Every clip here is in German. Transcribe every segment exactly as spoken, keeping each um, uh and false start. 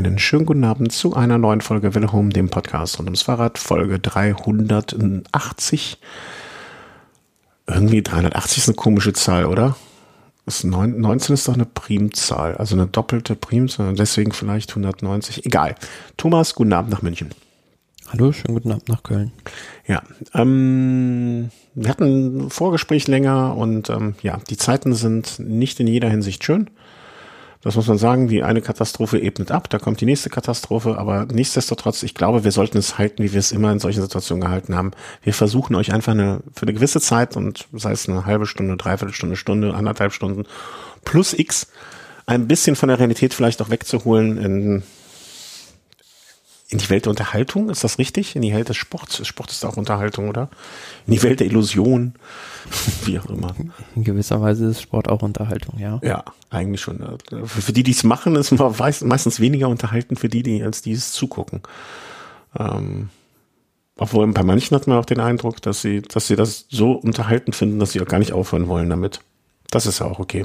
Einen schönen guten Abend zu einer neuen Folge Welle Home, dem Podcast rund ums Fahrrad, Folge dreihundertachtzig. Irgendwie dreihundertachtzig ist eine komische Zahl, oder? Das neunzehn ist doch eine Primzahl, also eine doppelte Primzahl, deswegen vielleicht hundertneunzig. Egal. Thomas, guten Abend nach München. Hallo, schönen guten Abend nach Köln. Ja, ähm, wir hatten ein Vorgespräch länger und ähm, ja, die Zeiten sind nicht in jeder Hinsicht schön. Das muss man sagen, die eine Katastrophe ebnet ab, da kommt die nächste Katastrophe, aber nichtsdestotrotz, ich glaube, wir sollten es halten, wie wir es immer in solchen Situationen gehalten haben. Wir versuchen euch einfach eine für eine gewisse Zeit, und sei es eine halbe Stunde, dreiviertel Stunde, Stunde, anderthalb Stunden plus X, ein bisschen von der Realität vielleicht auch wegzuholen in, in die Welt der Unterhaltung, ist das richtig? In die Welt des Sports. Sport ist auch Unterhaltung, oder? In die Welt der Illusion, wie auch immer. In gewisser Weise ist Sport auch Unterhaltung, ja. Ja, eigentlich schon. Für die, die es machen, ist man meistens weniger unterhalten für die, die als die es zugucken. Ähm, obwohl bei manchen hat man auch den Eindruck, dass sie, dass sie das so unterhaltend finden, dass sie auch gar nicht aufhören wollen damit. Das ist ja auch okay.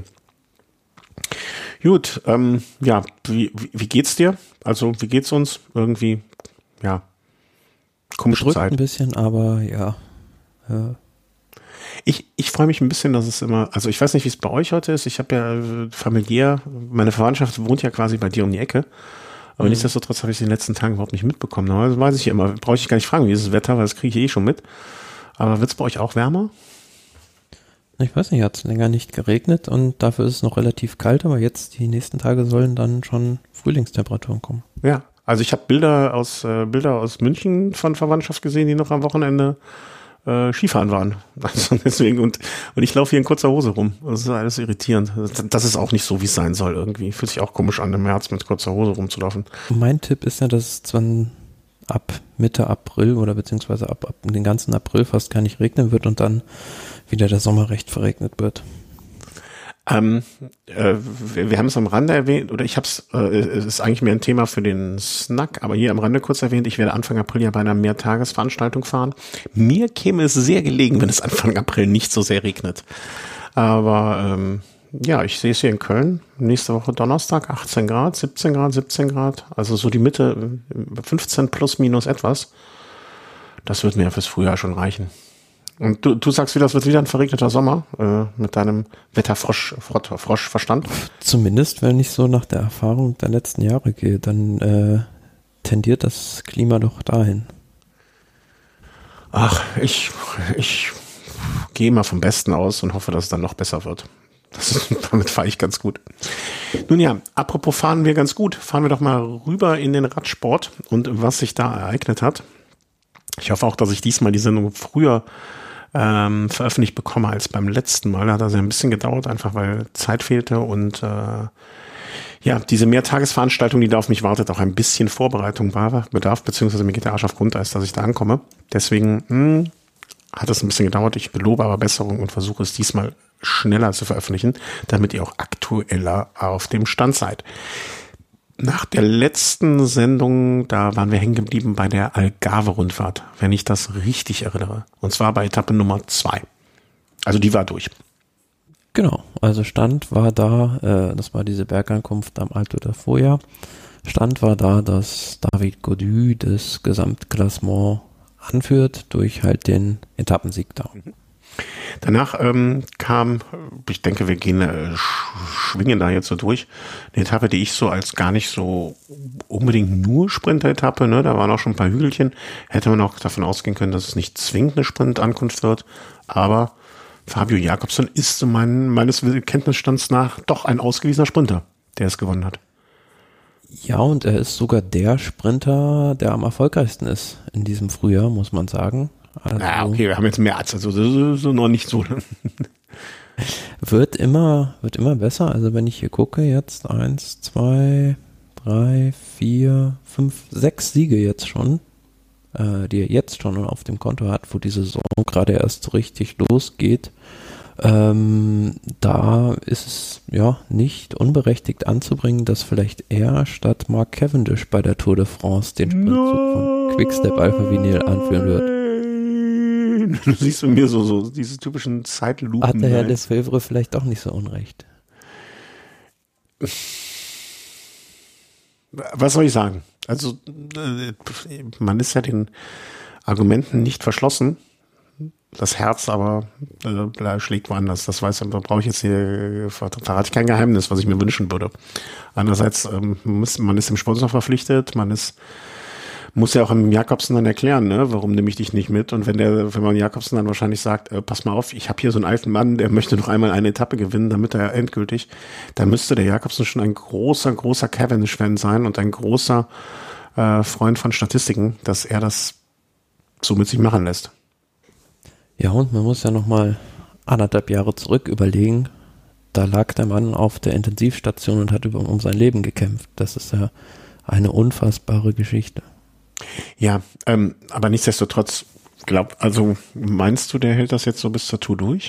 Gut, ähm, ja, wie, wie, wie geht's dir? Also, wie geht's uns? Irgendwie, ja, komische Drückt Zeit. ein bisschen, aber ja. ja. Ich, ich freue mich ein bisschen, dass es immer, also ich weiß nicht, wie es bei euch heute ist. Ich habe ja familiär, meine Verwandtschaft wohnt ja quasi bei dir um die Ecke. Aber mhm. nichtsdestotrotz habe ich es in den letzten Tagen überhaupt nicht mitbekommen. Also weiß ich ja immer, brauche ich gar nicht fragen, wie ist das Wetter, weil das kriege ich eh schon mit. Aber wird es bei euch auch wärmer? Ich weiß nicht, hat es länger nicht geregnet und dafür ist es noch relativ kalt, aber jetzt die nächsten Tage sollen dann schon Frühlingstemperaturen kommen. Ja, also ich habe Bilder aus äh, Bilder aus München von Verwandtschaft gesehen, die noch am Wochenende äh, Skifahren waren. Also deswegen und und ich laufe hier in kurzer Hose rum. Das ist alles irritierend. Das ist auch nicht so, wie es sein soll irgendwie. Fühlt sich auch komisch an, im März mit kurzer Hose rumzulaufen. Mein Tipp ist ja, dass es dann ab Mitte April oder beziehungsweise ab, ab den ganzen April fast gar nicht regnen wird und dann wieder der Sommer recht verregnet wird. Ähm, äh, wir, wir haben es am Rande erwähnt, oder ich habe es, äh, es ist eigentlich mehr ein Thema für den Snack, aber hier am Rande kurz erwähnt, ich werde Anfang April ja bei einer Mehrtagesveranstaltung fahren. Mir käme es sehr gelegen, wenn es Anfang April nicht so sehr regnet. Aber ähm, ja, ich sehe es hier in Köln, nächste Woche Donnerstag, achtzehn Grad, siebzehn Grad, siebzehn Grad, also so die Mitte, fünfzehn plus minus etwas. Das wird mir fürs Frühjahr schon reichen. Und du, du sagst wieder, es wird wieder ein verregneter Sommer äh, mit deinem Wetterfrosch-Verstand? Zumindest, wenn ich so nach der Erfahrung der letzten Jahre gehe, dann äh, tendiert das Klima doch dahin. Ach, ich, ich gehe mal vom Besten aus und hoffe, dass es dann noch besser wird. Das ist, damit fahre ich ganz gut. Nun ja, apropos fahren wir ganz gut. Fahren wir doch mal rüber in den Radsport und was sich da ereignet hat. Ich hoffe auch, dass ich diesmal die Sendung früher ähm, veröffentlicht bekomme als beim letzten Mal. Hat also ein bisschen gedauert, einfach weil Zeit fehlte und äh, ja, diese Mehrtagesveranstaltung, die da auf mich wartet, auch ein bisschen Vorbereitung bedarf, beziehungsweise mir geht der Arsch auf Grundeis, dass ich da ankomme. Deswegen mh, hat es ein bisschen gedauert. Ich gelobe aber Besserung und versuche es diesmal schneller zu veröffentlichen, damit ihr auch aktueller auf dem Stand seid. Nach der letzten Sendung, da waren wir hängen geblieben bei der Algarve-Rundfahrt, wenn ich das richtig erinnere. Und zwar bei Etappe Nummer zwei. Also die war durch. Genau, also Stand war da, äh, das war diese Bergankunft am Alto da Foja. Stand war da, dass David Gaudu das Gesamtklassement anführt durch halt den Etappensieg da. Mhm. Danach ähm, kam, ich denke, wir gehen äh, schwingen da jetzt so durch, eine Etappe, die ich so als gar nicht so unbedingt nur Sprinter-Etappe, ne, da waren auch schon ein paar Hügelchen, hätte man auch davon ausgehen können, dass es nicht zwingend eine Sprintankunft wird, aber Fabio Jakobsen ist mein, meines Kenntnisstands nach doch ein ausgewiesener Sprinter, der es gewonnen hat. Ja, und er ist sogar der Sprinter, der am erfolgreichsten ist in diesem Frühjahr, muss man sagen. Also ja, okay, wir haben jetzt März, also so, so noch nicht so. Wird immer, wird immer besser. Also wenn ich hier gucke, jetzt eins, zwei, drei, vier, fünf, sechs Siege jetzt schon, äh, die er jetzt schon auf dem Konto hat, wo die Saison gerade erst so richtig losgeht. Ähm, da ist es ja nicht unberechtigt anzubringen, dass vielleicht er statt Mark Cavendish bei der Tour de France den Sprintzug von Quickstep Alpha Vinyl anführen wird. Du siehst bei mir so, so diese typischen Zeitlupen. Hat der Herr Lefebvre vielleicht doch nicht so unrecht? was soll ich sagen? Also äh, man ist ja den Argumenten nicht verschlossen. Das Herz aber äh, schlägt woanders. Das weiß, da brauche ich jetzt hier, verrate ich kein Geheimnis, was ich mir wünschen würde. Andererseits, ähm, muss, man ist dem Sponsor verpflichtet, man ist, muss ja auch dem Jakobsen dann erklären, ne, warum nehme ich dich nicht mit? Und wenn der, wenn man Jakobsen dann wahrscheinlich sagt, äh, pass mal auf, ich habe hier so einen alten Mann, der möchte noch einmal eine Etappe gewinnen, damit er endgültig, dann müsste der Jakobsen schon ein großer, großer Cavendish-Fan sein und ein großer äh, Freund von Statistiken, dass er das so mit sich machen lässt. Ja, und man muss ja nochmal anderthalb Jahre zurück überlegen, da lag der Mann auf der Intensivstation und hat über, um sein Leben gekämpft. Das ist ja eine unfassbare Geschichte. Ja, ähm, aber nichtsdestotrotz, glaub, also meinst du, der hält das jetzt so bis zur Tour durch?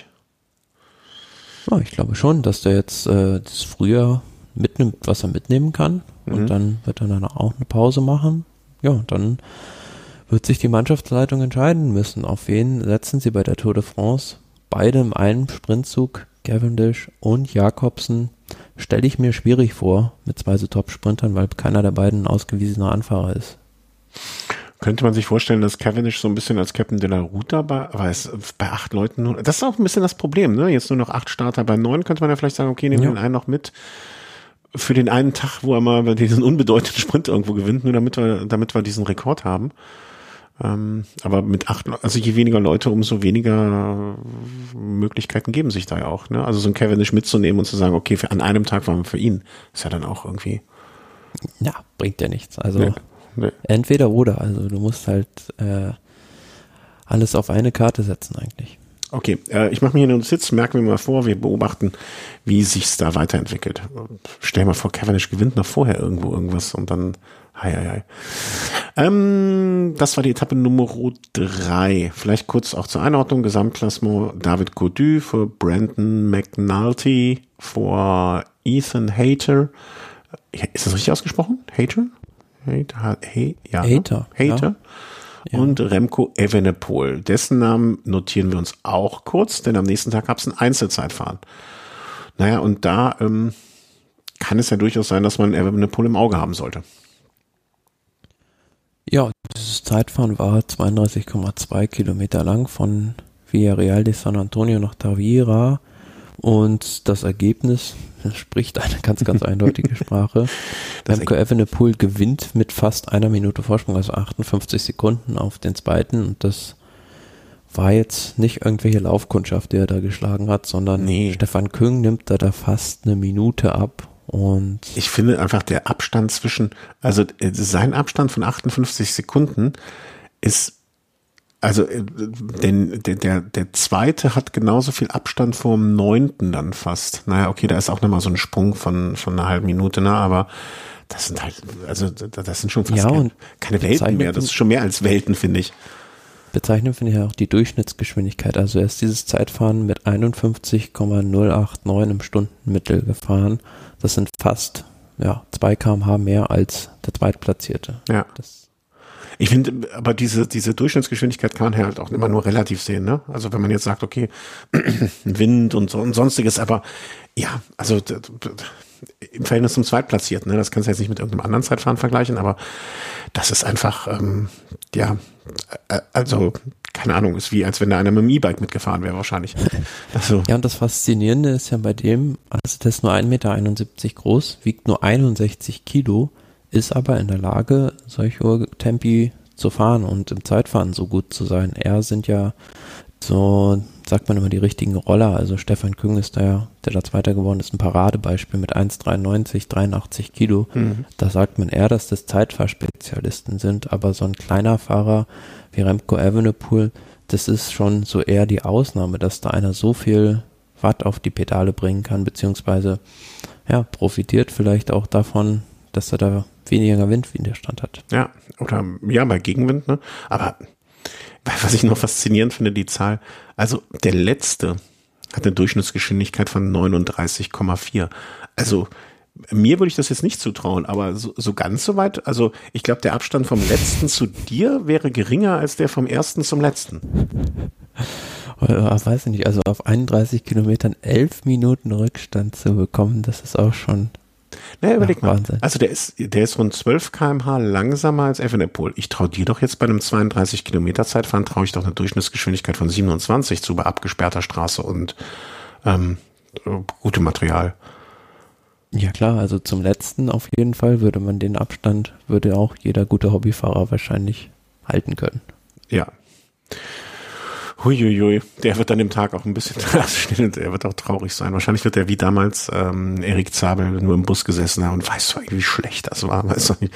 Ja, ich glaube schon, dass der jetzt äh, das Frühjahr mitnimmt, was er mitnehmen kann. Mhm. Und dann wird er dann auch eine Pause machen. Ja, und dann wird sich die Mannschaftsleitung entscheiden müssen, auf wen setzen sie bei der Tour de France. Beide im einen Sprintzug, Cavendish und Jakobsen, stelle ich mir schwierig vor mit zwei so Top-Sprintern, weil keiner der beiden ein ausgewiesener Anfahrer ist. Könnte man sich vorstellen, dass Cavendish so ein bisschen als Captain de la Route dabei, aber es, bei acht Leuten nur, das ist auch ein bisschen das Problem, ne? Jetzt nur noch acht Starter, bei neun könnte man ja vielleicht sagen, okay, nehmen wir ja. den einen noch mit für den einen Tag, wo er mal diesen unbedeutenden Sprint irgendwo gewinnt, nur damit wir, damit wir diesen Rekord haben. Ähm, aber mit acht, also je weniger Leute, umso weniger Möglichkeiten geben sich da ja auch, ne? Also so ein Cavendish mitzunehmen und zu sagen, okay, für, an einem Tag waren wir für ihn, ist ja dann auch irgendwie. Ja, bringt ja nichts. Also nee, nee. Entweder oder, also du musst halt äh, alles auf eine Karte setzen eigentlich. Okay, äh, ich mache mir hier eine Notiz, merken wir mal vor, wir beobachten, wie sich's da weiterentwickelt. Stell dir mal vor, Cavendish gewinnt noch vorher irgendwo irgendwas und dann Hei, hei, hei. Ähm, das war die Etappe Nummer drei. Vielleicht kurz auch zur Einordnung. Gesamtklassement David Gaudu vor Brandon McNulty vor Ethan Hayter. Ist das richtig ausgesprochen? Hayter? Hayter, hey, ja, Hayter. Hayter. Ja. Und Remco Evenepoel. Dessen Namen notieren wir uns auch kurz, denn am nächsten Tag gab es ein Einzelzeitfahren. Naja, und da ähm, kann es ja durchaus sein, dass man Evenepoel im Auge haben sollte. Ja, dieses Zeitfahren war zweiunddreißig Komma zwei Kilometer lang von Villarreal de San Antonio nach Tavira und das Ergebnis spricht eine ganz, ganz eindeutige Sprache. Remco Evenepoel gewinnt mit fast einer Minute Vorsprung, also achtundfünfzig Sekunden auf den zweiten und das war jetzt nicht irgendwelche Laufkundschaft, die er da geschlagen hat, sondern nee. Stefan Küng nimmt da, da fast eine Minute ab. Und ich finde einfach der Abstand zwischen, also sein Abstand von achtundfünfzig Sekunden ist, also denn der, der, der zweite hat genauso viel Abstand vom neunten dann fast. Naja, okay, da ist auch nochmal so ein Sprung von, von einer halben Minute, ne, aber das sind halt, also das sind schon fast ja, keine, keine Welten mehr. Das ist schon mehr als Welten, finde ich. Bezeichnend finde ich auch die Durchschnittsgeschwindigkeit. Also er ist dieses Zeitfahren mit einundfünfzig Komma null acht neun im Stundenmittel gefahren. Das sind fast ja, zwei Kilometer pro Stunde mehr als der Zweitplatzierte. Ja. Das ich finde, aber diese, diese Durchschnittsgeschwindigkeit kann man halt auch immer nur relativ sehen, ne? Also wenn man jetzt sagt, okay, Wind und so und sonstiges, aber ja, also d- d- im Verhältnis zum Zweitplatzierten, ne? Das kannst du jetzt nicht mit irgendeinem anderen Zeitfahren vergleichen, aber das ist einfach, ähm, ja, äh, also keine Ahnung, ist wie, als wenn da einer mit dem E-Bike mitgefahren wäre wahrscheinlich. Also. Ja, und das Faszinierende ist ja bei dem, also der ist nur ein Meter einundsiebzig groß, wiegt nur einundsechzig Kilo, ist aber in der Lage, solche hohe Tempi zu fahren und im Zeitfahren so gut zu sein. Er sind ja so, sagt man immer, die richtigen Roller. Also Stefan Küng ist der, der da Zweiter geworden ist, ein Paradebeispiel mit eins Komma dreiundneunzig, dreiundachtzig Kilo. Mhm. Da sagt man eher, dass das Zeitfahrspezialisten sind, aber so ein kleiner Fahrer wie Remco Evenepoel, das ist schon so eher die Ausnahme, dass da einer so viel Watt auf die Pedale bringen kann, beziehungsweise ja, profitiert vielleicht auch davon, dass er da weniger Windwiderstand hat. Ja, oder ja, bei Gegenwind, ne? Aber was ich noch faszinierend finde, die Zahl, also der letzte hat eine Durchschnittsgeschwindigkeit von neununddreißig Komma vier. Also mir würde ich das jetzt nicht zutrauen, aber so, so ganz so weit, also ich glaube, der Abstand vom letzten zu dir wäre geringer als der vom ersten zum letzten. Ich weiß nicht, also auf einunddreißig Kilometern elf Minuten Rückstand zu bekommen, das ist auch schon Naja, überleg Ja, mal. Wahnsinn. Also der ist, der ist rund zwölf Kilometer pro Stunde langsamer als Evenepoel. Ich traue dir doch jetzt bei einem zweiunddreißig Kilometer Zeitfahren, traue ich doch eine Durchschnittsgeschwindigkeit von siebenundzwanzig zu bei abgesperrter Straße und ähm, gutem Material. Ja klar, also zum letzten auf jeden Fall würde man den Abstand, würde auch jeder gute Hobbyfahrer wahrscheinlich halten können. Ja. Huiuiui, der wird dann im Tag auch ein bisschen stehen, der wird auch traurig sein. Wahrscheinlich wird er wie damals ähm, Erik Zabel nur im Bus gesessen haben und weiß doch, wie schlecht das war, weißt du nicht.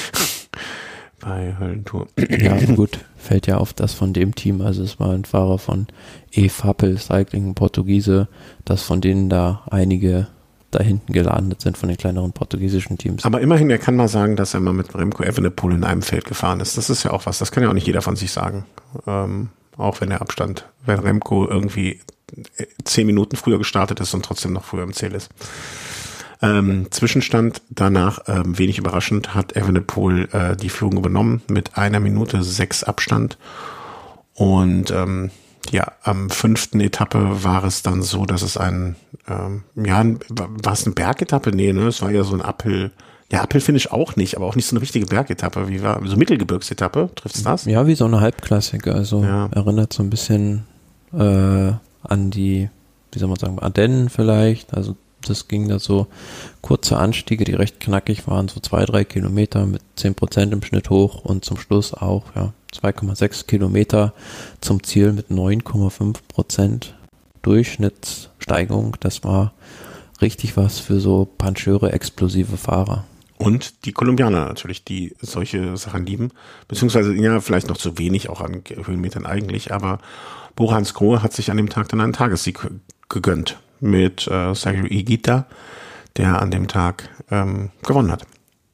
Bei Höllentour. Ja, gut, fällt ja auf das von dem Team, also es war ein Fahrer von E-Fappel Cycling, ein Portugiese, dass von denen da einige da hinten gelandet sind von den kleineren portugiesischen Teams. Aber immerhin, er kann mal sagen, dass er mal mit Remco Evenepoel in einem Feld gefahren ist. Das ist ja auch was, das kann ja auch nicht jeder von sich sagen. Ähm, auch wenn der Abstand, wenn Remco irgendwie zehn Minuten früher gestartet ist und trotzdem noch früher im Ziel ist. Ähm, Zwischenstand danach, ähm, wenig überraschend, hat Evenepoel äh, die Führung übernommen mit einer Minute sechs Abstand. Und ähm, ja, am fünften Etappe war es dann so, dass es ein, ähm, ja, war es eine Bergetappe? Nee, ne, es war ja so ein Uphill. Ja, Uphill finde ich auch nicht, aber auch nicht so eine richtige Bergetappe. Wie war, so Mittelgebirgsetappe, trifft's das? Ja, wie so eine Halbklassik, also Ja. erinnert so ein bisschen äh, an die, wie soll man sagen, Ardennen vielleicht, also das ging da so kurze Anstiege, die recht knackig waren, so zwei, drei Kilometer mit zehn Prozent im Schnitt hoch und zum Schluss auch, ja, zwei Komma sechs Kilometer zum Ziel mit neun Komma fünf Prozent Durchschnittssteigung. Das war richtig was für so Pancheure, explosive Fahrer. Und die Kolumbianer natürlich, die solche Sachen lieben, beziehungsweise ja, vielleicht noch zu wenig auch an Höhenmetern eigentlich, aber Bora Hansgrohe hat sich an dem Tag dann einen Tagessieg gegönnt mit äh, Sergio Higuita, der an dem Tag ähm, gewonnen hat.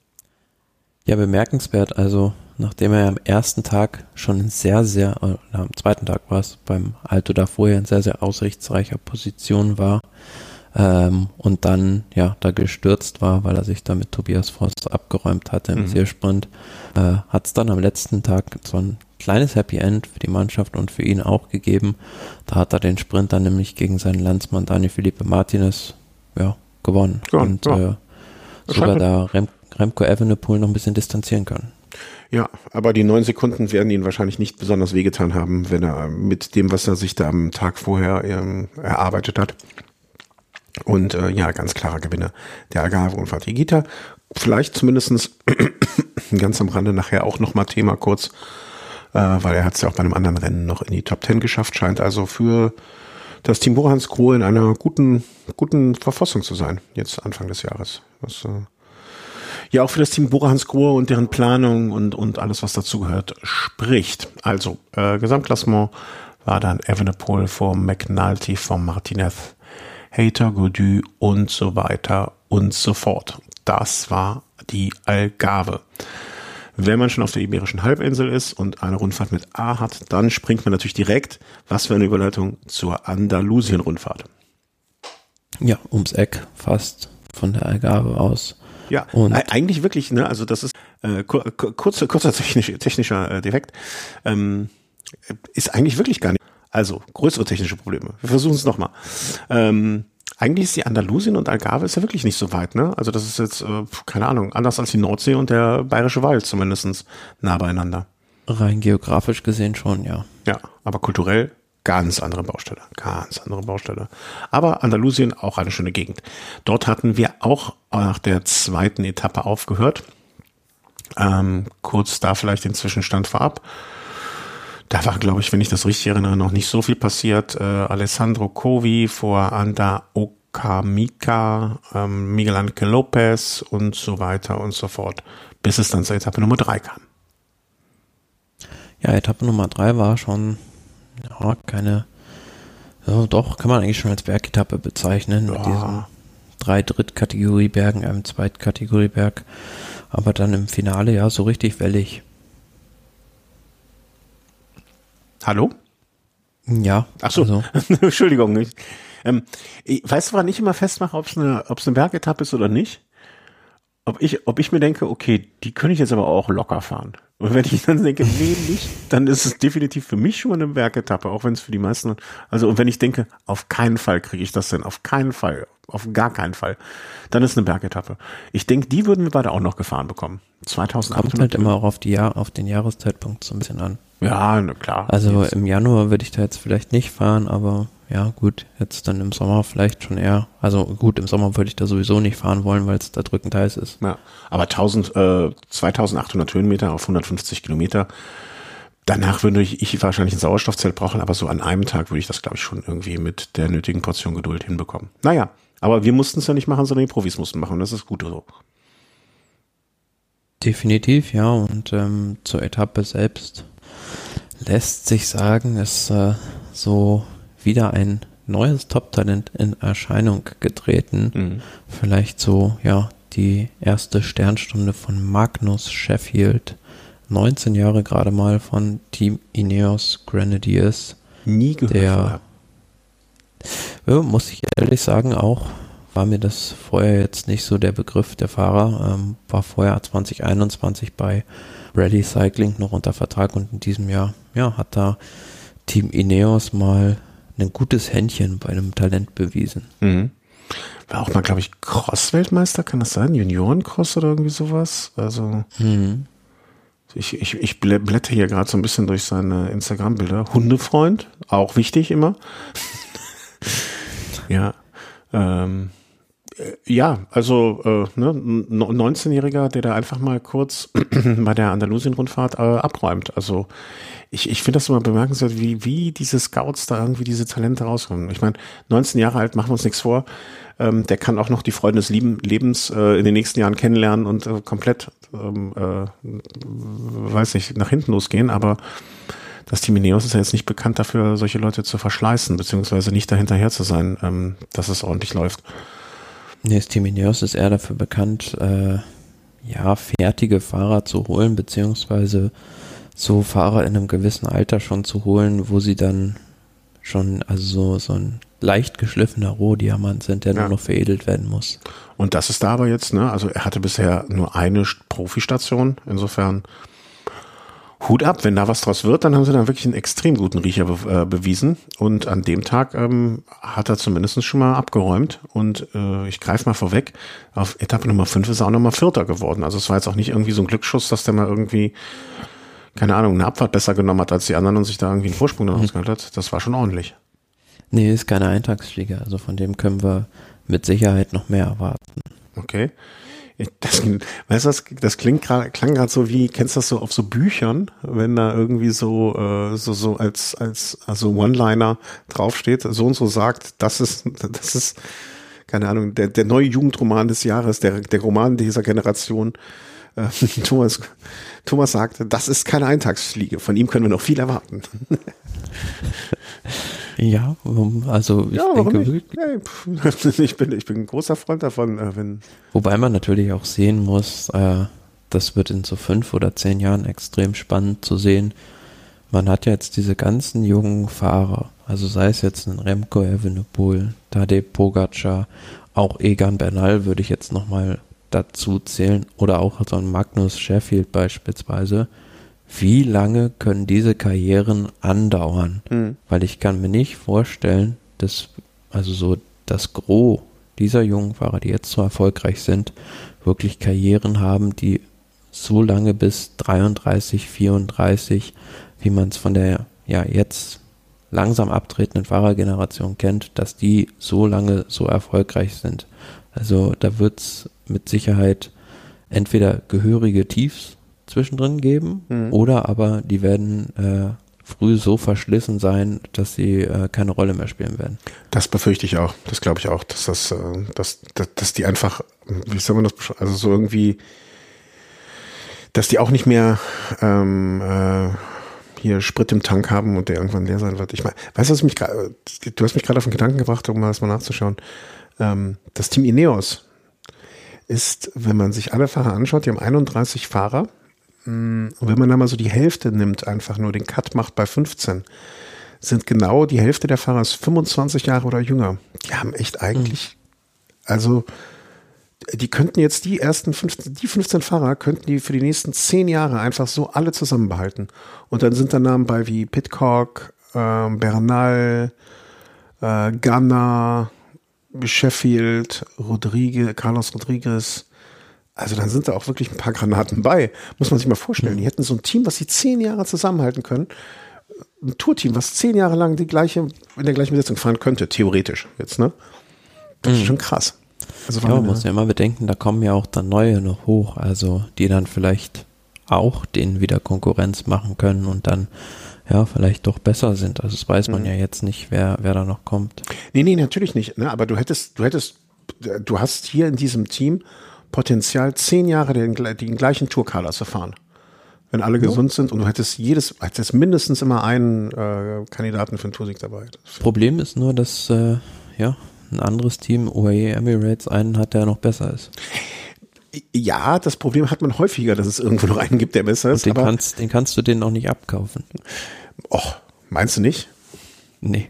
Ja, bemerkenswert, also nachdem er am ersten Tag schon in sehr, sehr, äh, am zweiten Tag war es, beim Alto da vorher in sehr, sehr aussichtsreicher Position war, Ähm, und dann, ja, da gestürzt war, weil er sich da mit Tobias Voss abgeräumt hatte im Mhm. Zielsprint, äh, hat es dann am letzten Tag so ein kleines Happy End für die Mannschaft und für ihn auch gegeben. Da hat er den Sprint dann nämlich gegen seinen Landsmann Dani Felipe Martinez, ja, gewonnen. Ja, und ja. Äh, sogar da Rem Remco Evenepoel noch ein bisschen distanzieren können. Ja, aber die neun Sekunden werden ihn wahrscheinlich nicht besonders wehgetan haben, wenn er mit dem, was er sich da am Tag vorher ähm, erarbeitet hat. Und äh, ja, ganz klarer Gewinner der Algarve und Higuita. Vielleicht zumindestens ganz am Rande nachher auch nochmal Thema kurz, äh, weil er hat es ja auch bei einem anderen Rennen noch in die Top Ten geschafft, scheint also für das Team Bora Hansgrohe in einer guten guten Verfassung zu sein, jetzt Anfang des Jahres. Was, äh, ja auch für das Team Bora Hansgrohe und deren Planung und und alles, was dazugehört, spricht. Also, äh, Gesamtklassement war dann Evenepoel vor McNulty, vor Martinez, Hayter, Gaudu und so weiter und so fort. Das war die Algarve. Wenn man schon auf der Iberischen Halbinsel ist und eine Rundfahrt mit A hat, dann springt man natürlich direkt, was für eine Überleitung, zur Andalusien-Rundfahrt. Ja, ums Eck fast von der Algarve aus. Ja, und e- eigentlich wirklich, ne, also das ist äh, kur kurzer, kurzer technisch, technischer äh, Defekt, ähm, ist eigentlich wirklich gar nicht. Also, größere technische Probleme. Wir versuchen es nochmal. Ähm, eigentlich ist die Andalusien und Algarve ist ja wirklich nicht so weit, ne? Also das ist jetzt, äh, keine Ahnung, anders als die Nordsee und der Bayerische Wald zumindest nah beieinander. rein geografisch gesehen schon, ja. Ja, aber kulturell ganz andere Baustelle. Ganz andere Baustelle. Aber Andalusien auch eine schöne Gegend. Dort hatten wir auch nach der zweiten Etappe aufgehört. Ähm, kurz da vielleicht den Zwischenstand vorab. Da war, glaube ich, wenn ich das richtig erinnere, noch nicht so viel passiert. Äh, Alessandro Covi vor Anda Okamika, ähm, Miguel Ángel López und so weiter und so fort, bis es dann zur Etappe Nummer drei kam. Ja, Etappe Nummer drei war schon, ja, keine, ja, doch, kann man eigentlich schon als Bergetappe bezeichnen, Ja. mit diesen drei Drittkategoriebergen, einem Zweitkategorieberg, aber dann im Finale, ja, so richtig wellig. Hallo? Ja, Ach so, also, Entschuldigung. Ich, ähm, ich, weißt du, woran ich immer festmache, ob es eine, ob es eine Bergetappe ist oder nicht? Ob ich, ob ich mir denke, okay, die könnte ich jetzt aber auch locker fahren. Und wenn ich dann denke, nee, nicht, dann ist es definitiv für mich schon mal eine Bergetappe, auch wenn es für die meisten, also und wenn ich denke, auf keinen Fall kriege ich das denn, auf keinen Fall, auf gar keinen Fall. Dann ist eine Bergetappe. Ich denke, die würden wir beide auch noch gefahren bekommen. zweitausendachthundert. Kommt halt immer auch auf die Jahr, auf den Jahreszeitpunkt so ein bisschen an. Ja, na klar. Also jetzt. Im Januar würde ich da jetzt vielleicht nicht fahren, aber ja gut, jetzt dann im Sommer vielleicht schon eher. Also gut, im Sommer würde ich da sowieso nicht fahren wollen, weil es da drückend heiß ist. Ja, aber tausend, äh, zweitausendachthundert Höhenmeter auf hundertfünfzig Kilometer. Danach würde ich, ich wahrscheinlich ein Sauerstoffzelt brauchen, aber so an einem Tag würde ich das, glaube ich, schon irgendwie mit der nötigen Portion Geduld hinbekommen. Naja, aber wir mussten es ja nicht machen, sondern die Profis mussten machen. Das ist gut so. Definitiv, ja. Und ähm, zur Etappe selbst lässt sich sagen, ist äh, so wieder ein neues Top-Talent in Erscheinung getreten. Mhm. Vielleicht so, ja, die erste Sternstunde von Magnus Sheffield. neunzehn Jahre gerade mal von Team Ineos Grenadiers. Nie gehört. Der, ja, muss ich ehrlich sagen, auch war mir das vorher jetzt nicht so der Begriff der Fahrer. Ähm, war vorher zwanzig einundzwanzig bei Rally Cycling noch unter Vertrag und in diesem Jahr, ja, hat da Team Ineos mal ein gutes Händchen bei einem Talent bewiesen. Mhm. War auch mal, glaube ich, Cross-Weltmeister, kann das sein? Junioren-Cross oder irgendwie sowas? Also, mhm. ich, ich, ich blätter hier gerade so ein bisschen durch seine Instagram-Bilder. Hundefreund, auch wichtig immer. ja, ähm, ja, also äh, ne, ein neunzehnjähriger, der da einfach mal kurz bei der Andalusien-Rundfahrt äh, abräumt. Also ich, ich finde das immer bemerkenswert, wie, wie diese Scouts da irgendwie diese Talente rauskommen. Ich meine, neunzehn Jahre alt, machen wir uns nichts vor. Ähm, der kann auch noch die Freunde des Lieben, Lebens äh, in den nächsten Jahren kennenlernen und äh, komplett, ähm, äh, weiß nicht, nach hinten losgehen. Aber das Team Ineos ist ja jetzt nicht bekannt dafür, solche Leute zu verschleißen, beziehungsweise nicht dahinterher zu sein, ähm, dass es ordentlich läuft. Nee, das Team Ineos ist eher dafür bekannt, äh, ja, fertige Fahrer zu holen, beziehungsweise so Fahrer in einem gewissen Alter schon zu holen, wo sie dann schon, also so, so ein leicht geschliffener Rohdiamant sind, der ja nur noch veredelt werden muss. Und das ist da aber jetzt, ne, also er hatte bisher nur eine Profistation, insofern Hut ab, wenn da was draus wird, dann haben sie dann wirklich einen extrem guten Riecher be- äh, bewiesen und an dem Tag ähm, hat er zumindest schon mal abgeräumt und äh, ich greife mal vorweg, auf Etappe Nummer fünf ist er auch nochmal Vierter geworden, also es war jetzt auch nicht irgendwie so ein Glücksschuss, dass der mal irgendwie, keine Ahnung, eine Abfahrt besser genommen hat als die anderen und sich da irgendwie einen Vorsprung dann ausgehalten hat, das war schon ordentlich. Nee, ist keine Eintagsfliege, also von dem können wir mit Sicherheit noch mehr erwarten. Okay. Das, weißt du, das, das klingt gerade, klang gerade so wie, kennst du das so auf so Büchern, wenn da irgendwie so, äh, so, so als, als, also One-Liner draufsteht, so und so sagt, das ist, das ist, keine Ahnung, der, der neue Jugendroman des Jahres, der, der Roman dieser Generation. Äh, Thomas, Thomas sagte, das ist keine Eintagsfliege, von ihm können wir noch viel erwarten. Ja, also ich ja, denke wirklich. Hey, ich bin, ich bin ein großer Freund davon, äh, wenn. Wobei man natürlich auch sehen muss, äh, das wird in so fünf oder zehn Jahren extrem spannend zu sehen. Man hat ja jetzt diese ganzen jungen Fahrer, also sei es jetzt ein Remco Evenepoel, Tadej Pogacar, auch Egan Bernal würde ich jetzt nochmal dazu zählen oder auch so ein Magnus Sheffield beispielsweise. Wie lange können diese Karrieren andauern? Mhm. Weil ich kann mir nicht vorstellen, dass also so das Gros dieser jungen Fahrer, die jetzt so erfolgreich sind, wirklich Karrieren haben, die so lange bis dreiunddreißig, vierunddreißig, wie man es von der ja jetzt langsam abtretenden Fahrergeneration kennt, dass die so lange so erfolgreich sind. Also da wird es mit Sicherheit entweder gehörige Tiefs zwischendrin geben, mhm. oder aber die werden äh, früh so verschlissen sein, dass sie äh, keine Rolle mehr spielen werden. Das befürchte ich auch. Das glaube ich auch, dass das, äh, dass, dass, dass die einfach, wie soll man das beschreiben, also so irgendwie, dass die auch nicht mehr ähm, äh, hier Sprit im Tank haben und der irgendwann leer sein wird. Ich meine, weißt du, was mich gerade, du hast mich gerade auf den Gedanken gebracht, um mal das mal nachzuschauen. Ähm, das Team Ineos ist, wenn man sich alle Fahrer anschaut, die haben einunddreißig Fahrer. Und wenn man da mal so die Hälfte nimmt, einfach nur den Cut macht bei fünfzehn, sind genau die Hälfte der Fahrer ist fünfundzwanzig Jahre oder jünger. Die haben echt eigentlich, also die könnten jetzt die ersten fünfzehn, die fünfzehn Fahrer könnten die für die nächsten zehn Jahre einfach so alle zusammen behalten. Und dann sind da Namen bei wie Pidcock, äh, Bernal, äh, Ganna, Sheffield, Rodriguez, Carlos Rodriguez. Also dann sind da auch wirklich ein paar Granaten bei. Muss man sich mal vorstellen. Die hätten so ein Team, was sie zehn Jahre zusammenhalten können. Ein Tourteam, was zehn Jahre lang die gleiche, in der gleichen Besetzung fahren könnte, theoretisch jetzt, ne? Das mhm. ist schon krass. Also ja, man muss ja immer bedenken, da kommen ja auch dann neue noch hoch, also die dann vielleicht auch denen wieder Konkurrenz machen können und dann ja vielleicht doch besser sind. Also das weiß man mhm. ja jetzt nicht, wer, wer da noch kommt. Nee, nee, natürlich nicht, ne? Aber du hättest, du hättest, du hast hier in diesem Team Potenzial, zehn Jahre den, den gleichen Tourkader zu fahren. Wenn alle ja. gesund sind und du hättest jedes, hättest mindestens immer einen äh, Kandidaten für den Toursieg dabei. Das Problem ist nur, dass äh, ja ein anderes Team, U A E Emirates, einen hat, der noch besser ist. Ja, das Problem hat man häufiger, dass es irgendwo noch einen gibt, der besser ist. Und den, aber kannst, den kannst du denen auch nicht abkaufen. Och, meinst du nicht? Nee.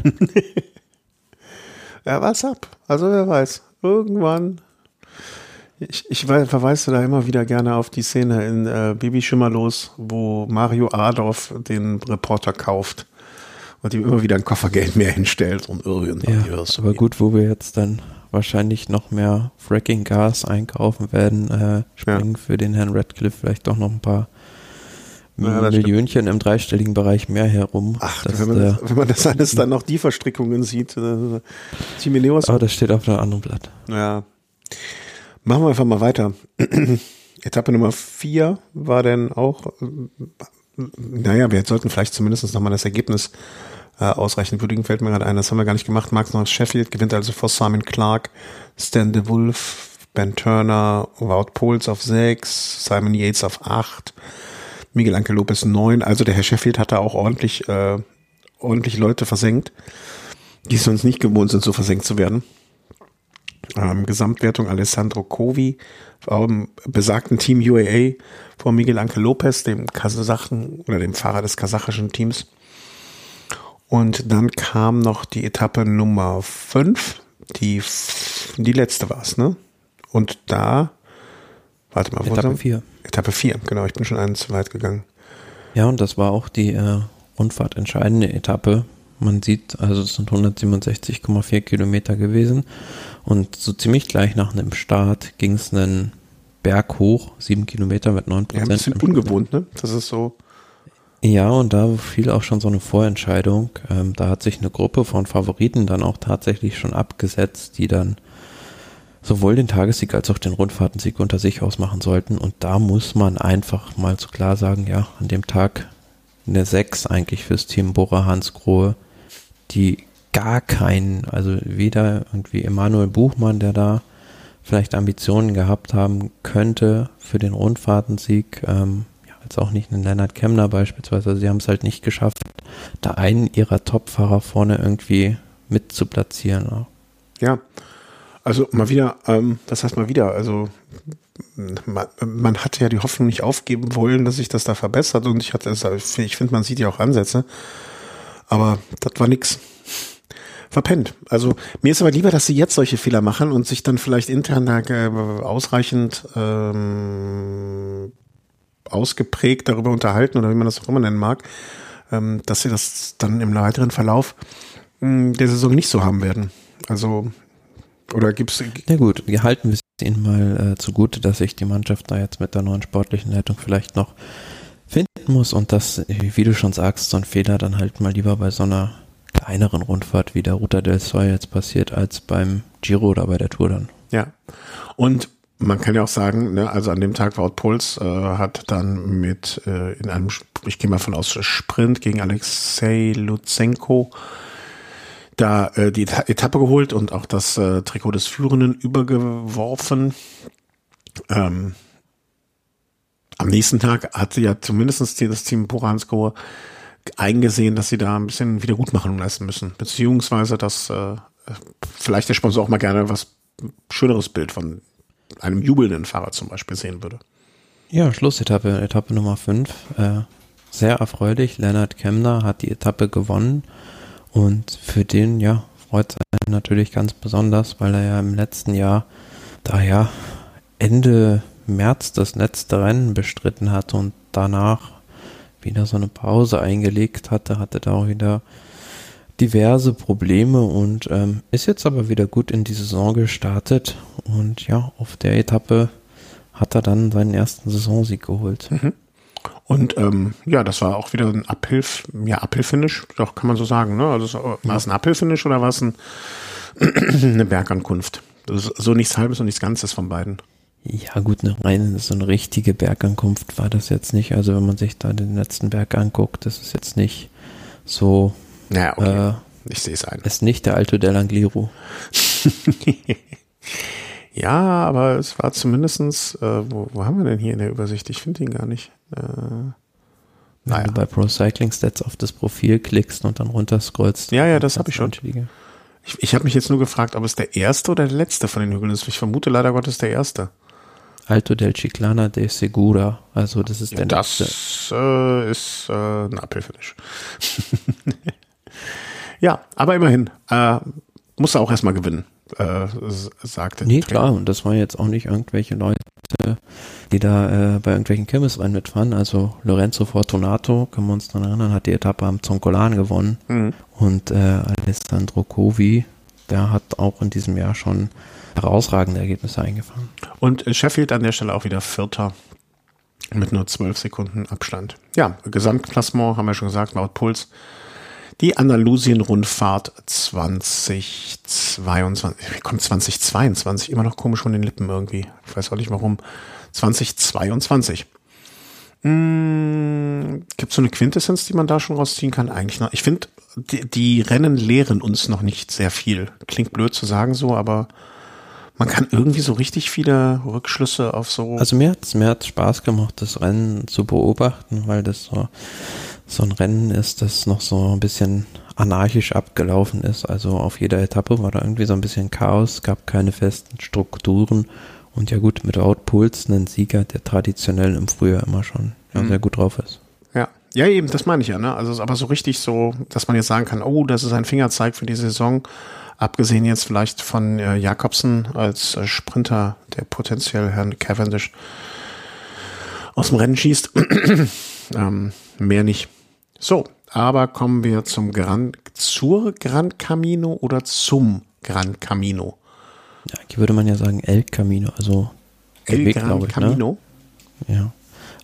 Ja, was ab? Also wer weiß, irgendwann. Ich, ich verweise da immer wieder gerne auf die Szene in äh, Baby Schimmerlos, wo Mario Adorf den Reporter kauft und ihm immer wieder ein Koffergeld mehr hinstellt und irgendwann. Ja, aber gut, wo wir jetzt dann wahrscheinlich noch mehr Fracking-Gas einkaufen werden, äh, springen ja. für den Herrn Radcliffe vielleicht doch noch ein paar ja, Millionchen im dreistelligen Bereich mehr herum. Ach, wenn man, das, wenn man das alles dann noch die Verstrickungen sieht. Äh, aber das steht auf einem anderen Blatt. Ja. Machen wir einfach mal weiter. Etappe Nummer vier war dann auch, naja, wir sollten vielleicht zumindest nochmal das Ergebnis äh, ausreichend würdigen, fällt mir gerade ein. Das haben wir gar nicht gemacht. Max Norris Sheffield gewinnt also vor Simon Clark, Stan de Wolf, Ben Turner, Wout Poels auf sechs, Simon Yates auf acht, Miguel Ángel López neun. Also der Herr Sheffield hat da auch ordentlich, äh, ordentlich Leute versenkt, die sonst nicht gewohnt sind, so versenkt zu werden. Ähm, Gesamtwertung Alessandro Covi vom besagten Team U A A vor Miguel Ángel López, dem Kasachen oder dem Fahrer des kasachischen Teams. Und dann kam noch die Etappe Nummer fünf, die, die letzte war es, ne? Und da, warte mal, Etappe vier. Etappe vier, genau, ich bin schon einen zu weit gegangen. Ja, und das war auch die äh, Rundfahrt entscheidende Etappe. Man sieht, also es sind hundertsiebenundsechzig Komma vier Kilometer gewesen und so ziemlich gleich nach einem Start ging es einen Berg hoch, sieben Kilometer mit neun Prozent. Ja, ein bisschen ungewohnt, ne? Das ist so. Ja, und da fiel auch schon so eine Vorentscheidung. Ähm, da hat sich eine Gruppe von Favoriten dann auch tatsächlich schon abgesetzt, die dann sowohl den Tagessieg als auch den Rundfahrtensieg unter sich ausmachen sollten. Und da muss man einfach mal so klar sagen, ja, an dem Tag eine sechs eigentlich fürs Team Bora-Hansgrohe, die gar keinen, also weder irgendwie Emanuel Buchmann, der da vielleicht Ambitionen gehabt haben könnte für den Rundfahrtensieg, ähm, ja, als auch nicht einen Lennart Kemner beispielsweise. Also sie haben es halt nicht geschafft, da einen ihrer Top-Fahrer vorne irgendwie mit zu platzieren. Auch. Ja, also mal wieder, ähm, das heißt mal wieder, also man, man hatte ja die Hoffnung nicht aufgeben wollen, dass sich das da verbessert und ich hatte es, ich finde, man sieht ja auch Ansätze, aber das war nix. Verpennt. Also mir ist aber lieber, dass sie jetzt solche Fehler machen und sich dann vielleicht intern da äh, ausreichend ähm, ausgeprägt darüber unterhalten oder wie man das auch immer nennen mag, ähm, dass sie das dann im weiteren Verlauf mh, der Saison nicht so haben werden. Also oder gibt's? Ja gut, wir halten es ihnen mal äh, zugute, dass sich die Mannschaft da jetzt mit der neuen sportlichen Leitung vielleicht noch finden muss und dass, wie du schon sagst, so ein Fehler dann halt mal lieber bei so einer kleineren Rundfahrt wie der Ruta del Sol jetzt passiert, als beim Giro oder bei der Tour dann. Ja, und man kann ja auch sagen, ne, also an dem Tag Wout Poels äh, hat dann mit äh, in einem, ich gehe mal von aus, Sprint gegen Alexei Lutsenko da äh, die Eta- Etappe geholt und auch das äh, Trikot des Führenden übergeworfen. Ähm, am nächsten Tag hatte ja zumindest das Team Bora-Hansgrohe eingesehen, dass sie da ein bisschen Wiedergutmachung leisten müssen, beziehungsweise dass äh, vielleicht der Sponsor auch mal gerne was schöneres Bild von einem jubelnden Fahrer zum Beispiel sehen würde. Ja, Schlussetappe, Etappe Nummer fünf. Äh, sehr erfreulich. Lennart Kemner hat die Etappe gewonnen und für den, ja, freut es einen natürlich ganz besonders, weil er ja im letzten Jahr da ja Ende März das letzte Rennen bestritten hatte und danach wieder so eine Pause eingelegt hatte, hatte da auch wieder diverse Probleme und ähm, ist jetzt aber wieder gut in die Saison gestartet und ja, auf der Etappe hat er dann seinen ersten Saisonsieg geholt. Mhm. Und ähm, ja, das war auch wieder ein Uphill, ja, Uphill-Finish, doch kann man so sagen, ne? Also war ja. es ein Uphill-Finish oder war es ein, eine Bergankunft? Also so nichts Halbes und nichts Ganzes von beiden. Ja gut, eine reine, so eine richtige Bergankunft war das jetzt nicht. Also wenn man sich da den letzten Berg anguckt, das ist jetzt nicht so. Ja, okay. Äh, ich sehe es ein. Ist nicht der Alto dell'Angliru. Ja, aber es war zumindestens, äh, wo, wo haben wir denn hier in der Übersicht? Ich finde ihn gar nicht. Äh, Wenn naja. du bei Pro Cycling Stats auf das Profil klickst und dann runterscrollst. Ja, ja, das habe ich schon. Anstiege. Ich, ich habe mich jetzt nur gefragt, ob es der erste oder der letzte von den Hügeln ist. Ich vermute leider Gottes der erste. Alto del Chiclana de Segura. Also das ist der Das letzte. äh, ist äh, ein Uphill-Finish. Ja, aber immerhin. Äh, muss er auch erstmal gewinnen. Äh, sagte. Nee, klar, und das waren jetzt auch nicht irgendwelche Leute, die da äh, bei irgendwelchen Kirmesrennen mitfahren. Also Lorenzo Fortunato, können wir uns daran erinnern, hat die Etappe am Zoncolan gewonnen. Mhm. Und äh, Alessandro Covi, der hat auch in diesem Jahr schon herausragende Ergebnisse eingefahren. Und Sheffield an der Stelle auch wieder Vierter mit nur zwölf Sekunden Abstand. Ja, Gesamtklassement haben wir schon gesagt, laut Puls. Die Andalusien-Rundfahrt zweitausendzweiundzwanzig, wie kommt zweitausendzweiundzwanzig immer noch komisch von den Lippen irgendwie. Ich weiß auch nicht warum. zweitausendzweiundzwanzig. Hm, gibt es so eine Quintessenz, die man da schon rausziehen kann? Eigentlich noch. Ich finde, die, die Rennen lehren uns noch nicht sehr viel. Klingt blöd zu sagen so, aber man kann irgendwie so richtig viele Rückschlüsse auf so... Also mir hat es mir hat's Spaß gemacht, das Rennen zu beobachten, weil das so... so ein Rennen ist, das noch so ein bisschen anarchisch abgelaufen ist. Also auf jeder Etappe war da irgendwie so ein bisschen Chaos, gab keine festen Strukturen. Und ja gut, mit Wout Poels einen Sieger, der traditionell im Frühjahr immer schon ja, mhm. sehr gut drauf ist. Ja, ja eben, das meine ich ja. Ne? Also es ist aber so richtig so, dass man jetzt sagen kann, oh, das ist ein Fingerzeig für die Saison. Abgesehen jetzt vielleicht von äh, Jakobsen als äh, Sprinter, der potenziell Herrn Cavendish aus dem Rennen schießt. ähm, mehr nicht. So, aber kommen wir zum Gran, zur Gran Camino oder zum Gran Camino? Ja, hier würde man ja sagen El Camino, also El Weg, Gran Camino? Ne? Ja.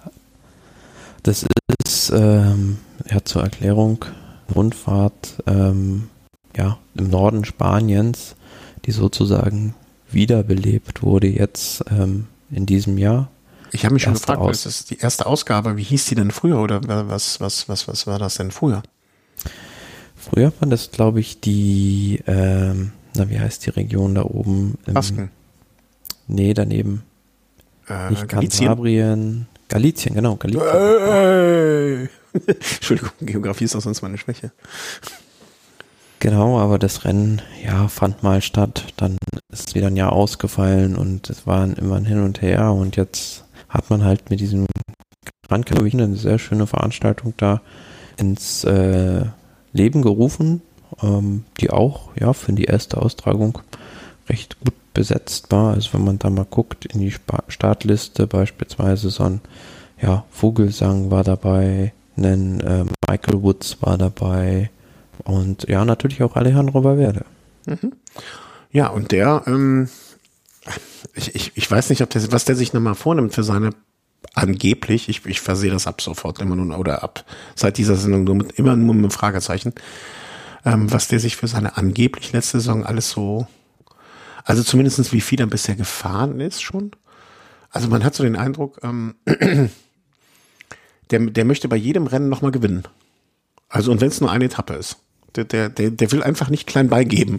Das ist, ähm, ja, zur Erklärung, Rundfahrt, ähm, ja, im Norden Spaniens, die sozusagen wiederbelebt wurde jetzt ähm, in diesem Jahr. Ich habe mich schon gefragt, Aus- das ist die erste Ausgabe, wie hieß die denn früher oder was, was, was, was war das denn früher? Früher war das, glaube ich, die, ähm, na, wie heißt die Region da oben? Im, Basken. Nee, daneben. Äh, Nicht Galizien. Kantabrien. Galizien, genau, Galizien. Äh, Entschuldigung, Geografie ist auch sonst meine Schwäche. Genau, aber das Rennen, ja, fand mal statt, dann ist wieder ein Jahr ausgefallen und es waren immer ein Hin und Her und jetzt hat man halt mit diesem Gran Camino eine sehr schöne Veranstaltung da ins äh, Leben gerufen, ähm, die auch, ja, für die erste Austragung recht gut besetzt war. Also wenn man da mal guckt in die Sp- Startliste, beispielsweise so ein, ja, Vogelsang war dabei, ein äh, Michael Woods war dabei, und ja, natürlich auch Alejandro Valverde. Mhm. Ja, und der, ähm, ich, ich, ich weiß nicht, ob der, was der sich nochmal vornimmt für seine, angeblich, ich, ich versehe das ab sofort immer nur, oder ab, seit dieser Sendung nur mit, immer nur mit einem Fragezeichen, ähm, was der sich für seine angeblich letzte Saison alles so, also zumindestens wie viel er bisher gefahren ist schon. Also man hat so den Eindruck, ähm, der, der möchte bei jedem Rennen nochmal gewinnen. Also und wenn es nur eine Etappe ist. Der, der, der, der will einfach nicht klein beigeben.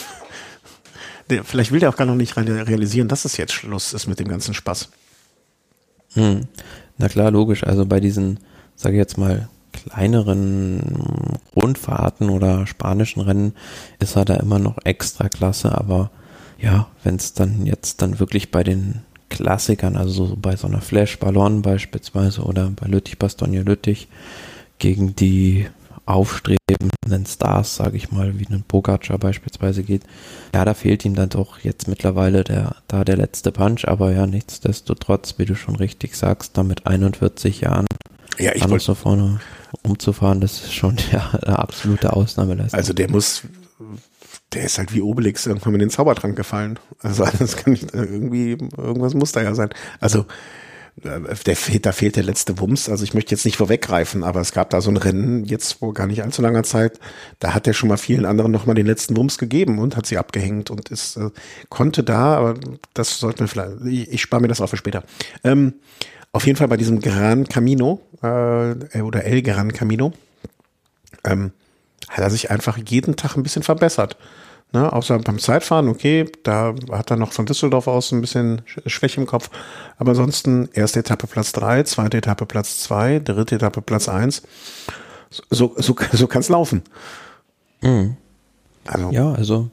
Der, vielleicht will der auch gar noch nicht realisieren, dass es jetzt Schluss ist mit dem ganzen Spaß. Hm. Na klar, logisch. Also bei diesen, sage ich jetzt mal, kleineren Rundfahrten oder spanischen Rennen ist er da immer noch extra klasse. Aber ja, wenn es dann jetzt dann wirklich bei den Klassikern, also so bei so einer Flash Ballon beispielsweise oder bei Lüttich-Bastogne-Lüttich gegen die aufstrebenden Stars, sage ich mal, wie ein Pogacar beispielsweise geht. Ja, da fehlt ihm dann doch jetzt mittlerweile der, da der letzte Punch, aber ja, nichtsdestotrotz, wie du schon richtig sagst, da mit einundvierzig Jahren ja, ich wollte vorne rumzufahren, das ist schon ja, eine absolute Ausnahmeleistung. Also der muss, der ist halt wie Obelix irgendwann mit den Zaubertrank gefallen. Also das kann nicht, irgendwie, irgendwas muss da ja sein. Also der fehlt, da fehlt der letzte Wumms. Also ich möchte jetzt nicht vorweggreifen, aber es gab da so ein Rennen, jetzt vor gar nicht allzu langer Zeit, da hat er schon mal vielen anderen nochmal den letzten Wumms gegeben und hat sie abgehängt und ist, äh, konnte da, aber das sollten wir vielleicht, ich, ich spare mir das auch für später. Ähm, auf jeden Fall bei diesem Gran Camino, äh, oder El Gran Camino, ähm, hat er sich einfach jeden Tag ein bisschen verbessert. Ne, außer beim Zeitfahren, okay, da hat er noch von Düsseldorf aus ein bisschen Schwäche im Kopf. Aber ansonsten erste Etappe Platz drei, zweite Etappe Platz zwei, dritte Etappe Platz eins. So, so, so kann es laufen. Mhm. Also. Ja, also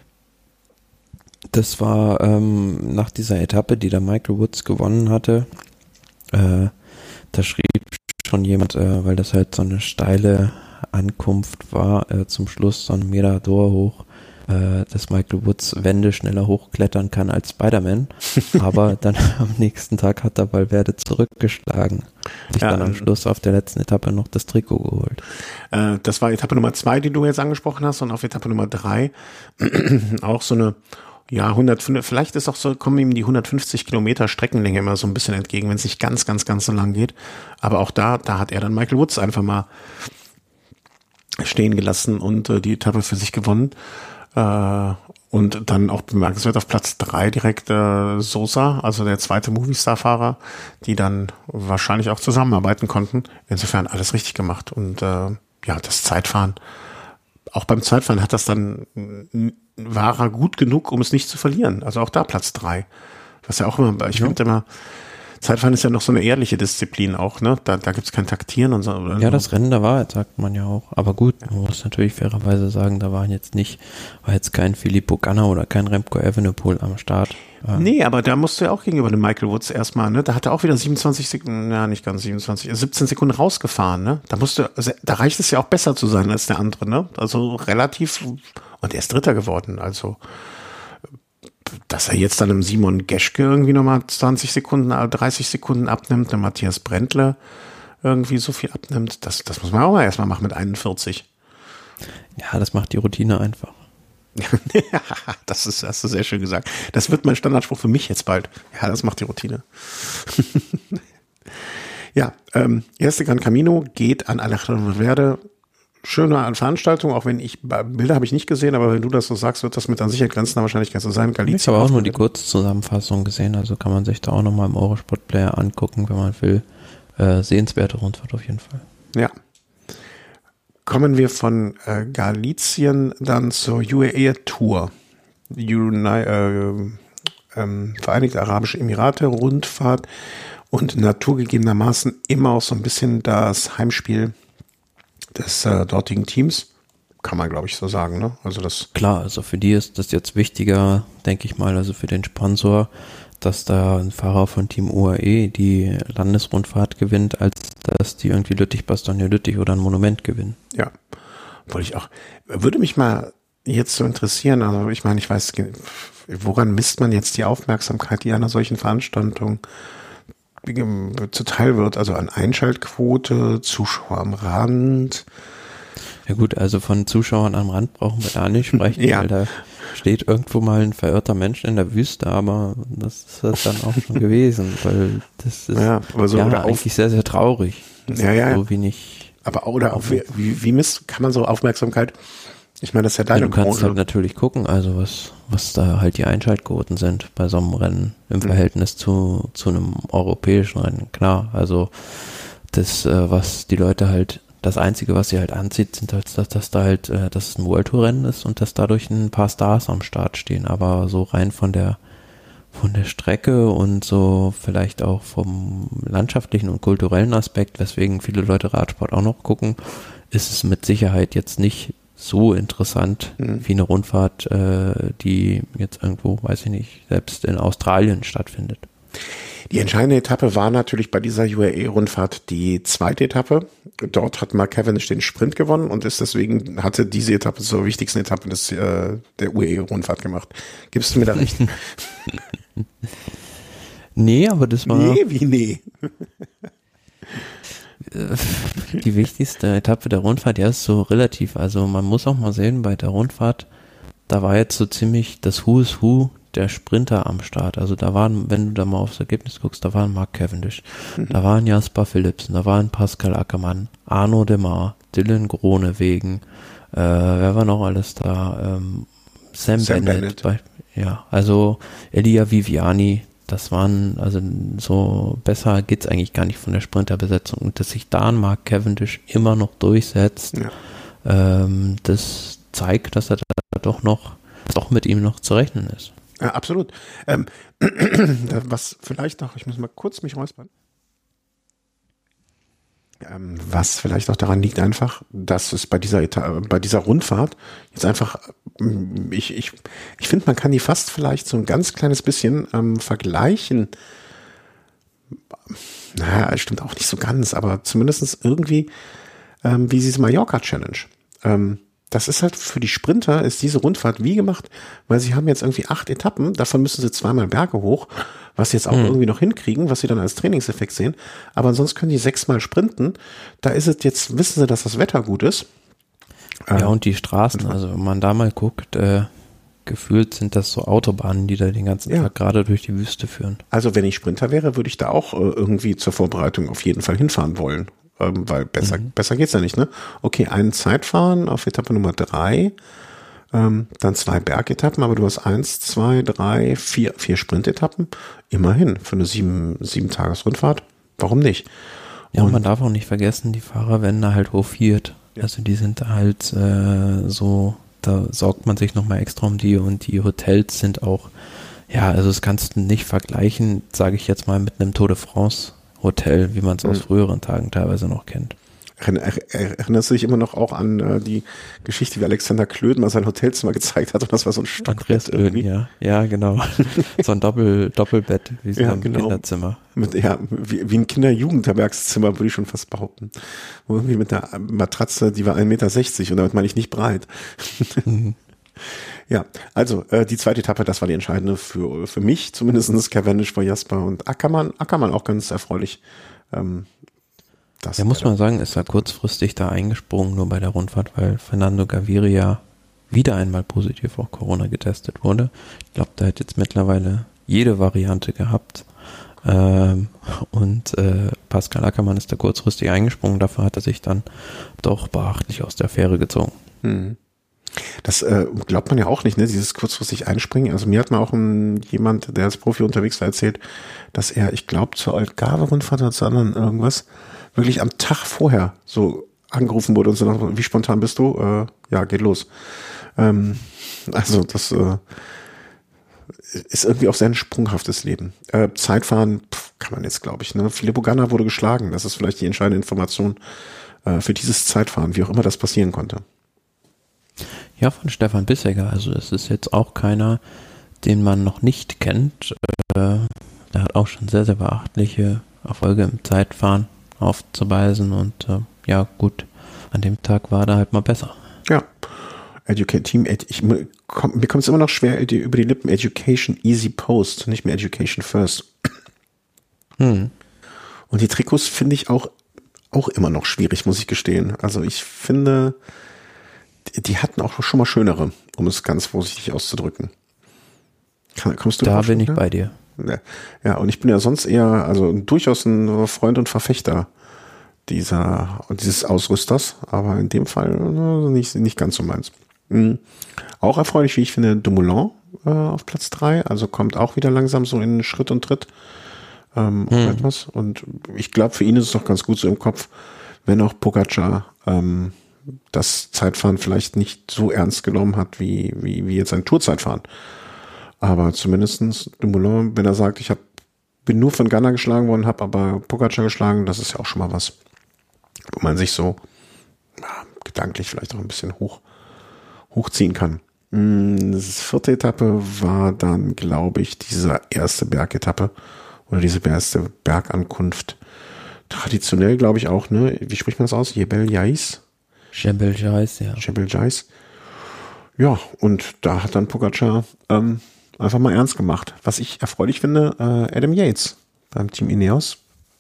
das war ähm, nach dieser Etappe, die der Michael Woods gewonnen hatte, äh, da schrieb schon jemand, äh, weil das halt so eine steile Ankunft war, äh, zum Schluss so ein Mirador hoch, dass Michael Woods Wände schneller hochklettern kann als Spider-Man, aber dann am nächsten Tag hat er Valverde zurückgeschlagen. Sich ja, dann am Schluss auf der letzten Etappe noch das Trikot geholt. Äh, das war Etappe Nummer zwei, die du jetzt angesprochen hast, und auf Etappe Nummer drei auch so eine, ja, hundert, vielleicht ist auch so, kommen ihm die hundertfünfzig Kilometer Streckenlänge immer so ein bisschen entgegen, wenn es nicht ganz, ganz, ganz so lang geht. Aber auch da, da hat er dann Michael Woods einfach mal stehen gelassen und äh, die Etappe für sich gewonnen. Uh, und dann auch bemerkenswert auf Platz drei direkt äh, Sosa, also der zweite Movistar-Fahrer, die dann wahrscheinlich auch zusammenarbeiten konnten. Insofern alles richtig gemacht. Und äh, ja, das Zeitfahren, auch beim Zeitfahren hat das dann, war er gut genug, um es nicht zu verlieren. Also auch da Platz drei. Was ja auch immer, ich ja. finde immer, Zeitfahren ist ja noch so eine ehrliche Disziplin auch, ne? Da, da gibt's kein Taktieren und so. Oder ja, das Rennen der Wahrheit sagt man ja auch. Aber gut, man muss natürlich fairerweise sagen, da waren jetzt nicht, war jetzt kein Filippo Ganna oder kein Remco Evenepoel am Start. Nee, aber da musst du ja auch gegenüber dem Michael Woods erstmal, ne? Da hat er auch wieder siebenundzwanzig Sekunden, ja, nicht ganz siebenundzwanzig, siebzehn Sekunden rausgefahren, ne? Da musst du, also, da reicht es ja auch besser zu sein als der andere, ne? Also relativ, und er ist Dritter geworden, also. Dass er jetzt dann im Simon Geschke irgendwie nochmal zwanzig Sekunden, dreißig Sekunden abnimmt, der Matthias Brändle irgendwie so viel abnimmt, das, das muss man auch mal erstmal machen mit einundvierzig. Ja, das macht die Routine einfach. das ist, hast du sehr schön gesagt. Das wird mein Standardspruch für mich jetzt bald. Ja, das macht die Routine. ja, ähm, erste Gran Camino geht an Alejandro Valverde. Schöne Veranstaltung, auch wenn ich, Bilder habe ich nicht gesehen, aber wenn du das so sagst, wird das mit an Sicherheit grenzender Wahrscheinlichkeit so sein. Galizien ich habe auch nur die Kurzzusammenfassung gesehen, also kann man sich da auch nochmal im Eurosport-Player angucken, wenn man will. Äh, sehenswerte Rundfahrt auf jeden Fall. Ja. Kommen wir von äh, Galizien dann zur U A E-Tour. Uni- äh, ähm, Vereinigte Arabische Emirate, Rundfahrt und naturgegebenermaßen immer auch so ein bisschen das Heimspiel des äh, dortigen Teams, kann man glaube ich so sagen, ne? Also das klar, also für die ist das jetzt wichtiger, denke ich mal, also für den Sponsor, dass da ein Fahrer von Team U A E die Landesrundfahrt gewinnt, als dass die irgendwie Lüttich-Bastogne-Lüttich oder ein Monument gewinnen. Ja, wollte ich auch. Würde mich mal jetzt so interessieren, also ich meine, ich weiß, woran misst man jetzt die Aufmerksamkeit, die einer solchen Veranstaltung zuteil wird, also an Einschaltquote, Zuschauer am Rand. Ja gut, also von Zuschauern am Rand brauchen wir da nicht sprechen, ja. Weil da steht irgendwo mal ein verirrter Mensch in der Wüste, aber das ist das dann auch schon gewesen, weil das ist ja, aber so, ja oder eigentlich auf, sehr, sehr traurig. Das ja, ja. So wenig aber oder auf, wie, wie misst, kann man so Aufmerksamkeit, ich meine, das ist ja deine ja, du kannst Branche. Halt natürlich gucken, also was, was da halt die Einschaltquoten sind bei so einem Rennen im Verhältnis mhm. zu, zu einem europäischen Rennen. Klar, also das, äh, was die Leute halt, das Einzige, was sie halt anzieht, sind halt, dass, dass da halt, äh, dass es ein World Tour Rennen ist und dass dadurch ein paar Stars am Start stehen, aber so rein von der, von der Strecke und so vielleicht auch vom landschaftlichen und kulturellen Aspekt, weswegen viele Leute Radsport auch noch gucken, ist es mit Sicherheit jetzt nicht so interessant mhm. wie eine Rundfahrt, äh, die jetzt irgendwo, weiß ich nicht, selbst in Australien stattfindet. Die entscheidende Etappe war natürlich bei dieser U A E-Rundfahrt die zweite Etappe. Dort hat Mark Cavendish den Sprint gewonnen und ist deswegen, hatte diese Etappe zur wichtigsten Etappe des, äh, der U A E-Rundfahrt gemacht. Gibst du mir da recht? Nee, aber das war... Nee, wie nee? die wichtigste Etappe der Rundfahrt, ja, ist so relativ. Also man muss auch mal sehen, bei der Rundfahrt, da war jetzt so ziemlich das Who is Who der Sprinter am Start. Also da waren, wenn du da mal aufs Ergebnis guckst, da waren Mark Cavendish, mhm. da waren Jasper Philipsen, da waren Pascal Ackermann, Arnaud Démare, Dylan Groenewegen, äh, wer war noch alles da? Ähm, Sam, Sam Bennett. Bennett. Bei, ja, also Elia Viviani, das waren, also so besser geht's eigentlich gar nicht von der Sprinterbesetzung. Und dass sich da ein Mark Cavendish immer noch durchsetzt, ja. ähm, das zeigt, dass er da doch noch, doch mit ihm noch zu rechnen ist. Ja, absolut. Ähm, was vielleicht noch, ich muss mal kurz mich räuspern. Ähm, was vielleicht auch daran liegt einfach, dass es bei dieser Eta- bei dieser Rundfahrt jetzt einfach, ich, ich, ich finde, man kann die fast vielleicht so ein ganz kleines bisschen ähm, vergleichen. Naja, stimmt auch nicht so ganz, aber zumindest irgendwie ähm, wie diese Mallorca-Challenge. Ähm, Das ist halt für die Sprinter ist diese Rundfahrt wie gemacht, weil sie haben jetzt irgendwie acht Etappen, davon müssen sie zweimal Berge hoch, was sie jetzt auch hm. irgendwie noch hinkriegen, was sie dann als Trainingseffekt sehen. Aber ansonsten können die sechsmal sprinten. Da ist es jetzt, wissen sie, dass das Wetter gut ist. Ja, und die Straßen, also wenn man da mal guckt, äh, gefühlt sind das so Autobahnen, die da den ganzen ja. Tag gerade durch die Wüste führen. Also wenn ich Sprinter wäre, würde ich da auch äh, irgendwie zur Vorbereitung auf jeden Fall hinfahren wollen. Weil besser, mhm. besser geht's ja nicht, ne? Okay, einen Zeitfahren auf Etappe Nummer drei, ähm, dann zwei Bergetappen, aber du hast eins, zwei, drei, vier, vier Sprintetappen. Immerhin für eine sieben, sieben Tages-Rundfahrt. Warum nicht? Ja, und, und man darf auch nicht vergessen, die Fahrer werden da halt hofiert. Ja. Also die sind da halt äh, so, da sorgt man sich nochmal extra um die und die Hotels sind auch, ja, also das kannst du nicht vergleichen, sage ich jetzt mal, mit einem Tour de France Hotel, wie man es aus mhm. früheren Tagen teilweise noch kennt. Erinnerst du dich immer noch auch an äh, die Geschichte, wie Alexander Klöden mal sein Hotelzimmer gezeigt hat und das war so ein Stockbett irgendwie? Ja, ja, genau. So ein Doppel, Doppelbett, wie so ja, ein genau. Kinderzimmer. Mit, ja, wie, wie ein Kinder-Jugendherbergszimmer, würde ich schon fast behaupten. Wo irgendwie mit der Matratze, die war ein Meter sechzig und damit meine ich nicht breit. Mhm. Ja, also äh, die zweite Etappe, das war die entscheidende für für mich, zumindest Cavendish vor Jasper und Ackermann. Ackermann auch ganz erfreulich. Ähm, das ja, muss man sagen, ist er kurzfristig da eingesprungen, nur bei der Rundfahrt, weil Fernando Gaviria wieder einmal positiv auf Corona getestet wurde. Ich glaube, der hat jetzt mittlerweile jede Variante gehabt. Ähm, und äh, Pascal Ackermann ist da kurzfristig eingesprungen, dafür hat er sich dann doch beachtlich aus der Fähre gezogen. Hm. Das äh, glaubt man ja auch nicht, ne? Dieses kurzfristig Einspringen. Also mir hat mal auch ein, jemand, der als Profi unterwegs war, erzählt, dass er, ich glaube, zur Algarve-Rundfahrt oder zu anderen irgendwas, wirklich am Tag vorher so angerufen wurde und so nach, wie spontan bist du? Äh, ja, geht los. Ähm, also das äh, ist irgendwie auch sein sprunghaftes Leben. Äh, Zeitfahren pff, kann man jetzt, glaube ich, ne? Filippo Ganna wurde geschlagen. Das ist vielleicht die entscheidende Information äh, für dieses Zeitfahren, wie auch immer das passieren konnte. Ja, von Stefan Bissegger. Also es ist jetzt auch keiner, den man noch nicht kennt. Äh, der hat auch schon sehr, sehr beachtliche Erfolge im Zeitfahren aufzuweisen. Und äh, ja, gut, an dem Tag war er halt mal besser. Ja, Educate Team, ich, komm, mir kommt es immer noch schwer über die Lippen, Education Easy Post, nicht mehr Education First. Hm. Und die Trikots finde ich auch, auch immer noch schwierig, muss ich gestehen. Also ich finde... Die hatten auch schon mal schönere, um es ganz vorsichtig auszudrücken. Kann, kommst du da bin ich ja? bei dir. Ja, und ich bin ja sonst eher, also durchaus ein Freund und Verfechter dieser, dieses Ausrüsters, aber in dem Fall nicht, nicht ganz so meins. Mhm. Auch erfreulich, wie ich finde, Dumoulin äh, auf Platz drei, also kommt auch wieder langsam so in Schritt und Tritt ähm, hm. etwas. Und ich glaube, für ihn ist es doch ganz gut so im Kopf, wenn auch Pogacar ähm, das Zeitfahren vielleicht nicht so ernst genommen hat, wie, wie, wie jetzt ein Tourzeitfahren. Aber zumindestens Dumoulin, wenn er sagt, ich hab, bin nur von Ganna geschlagen worden, habe aber Pogacar geschlagen, das ist ja auch schon mal was, wo man sich so ja, gedanklich vielleicht auch ein bisschen hoch, hochziehen kann. Das vierte Etappe war dann, glaube ich, diese erste Bergetappe oder diese erste Bergankunft. Traditionell, glaube ich, auch, ne? Wie spricht man das aus? Jebel Jais? Jebel Jais, ja. Jebel Jais. Ja, und da hat dann Pogacar ähm, einfach mal ernst gemacht. Was ich erfreulich finde, äh, Adam Yates beim Team Ineos.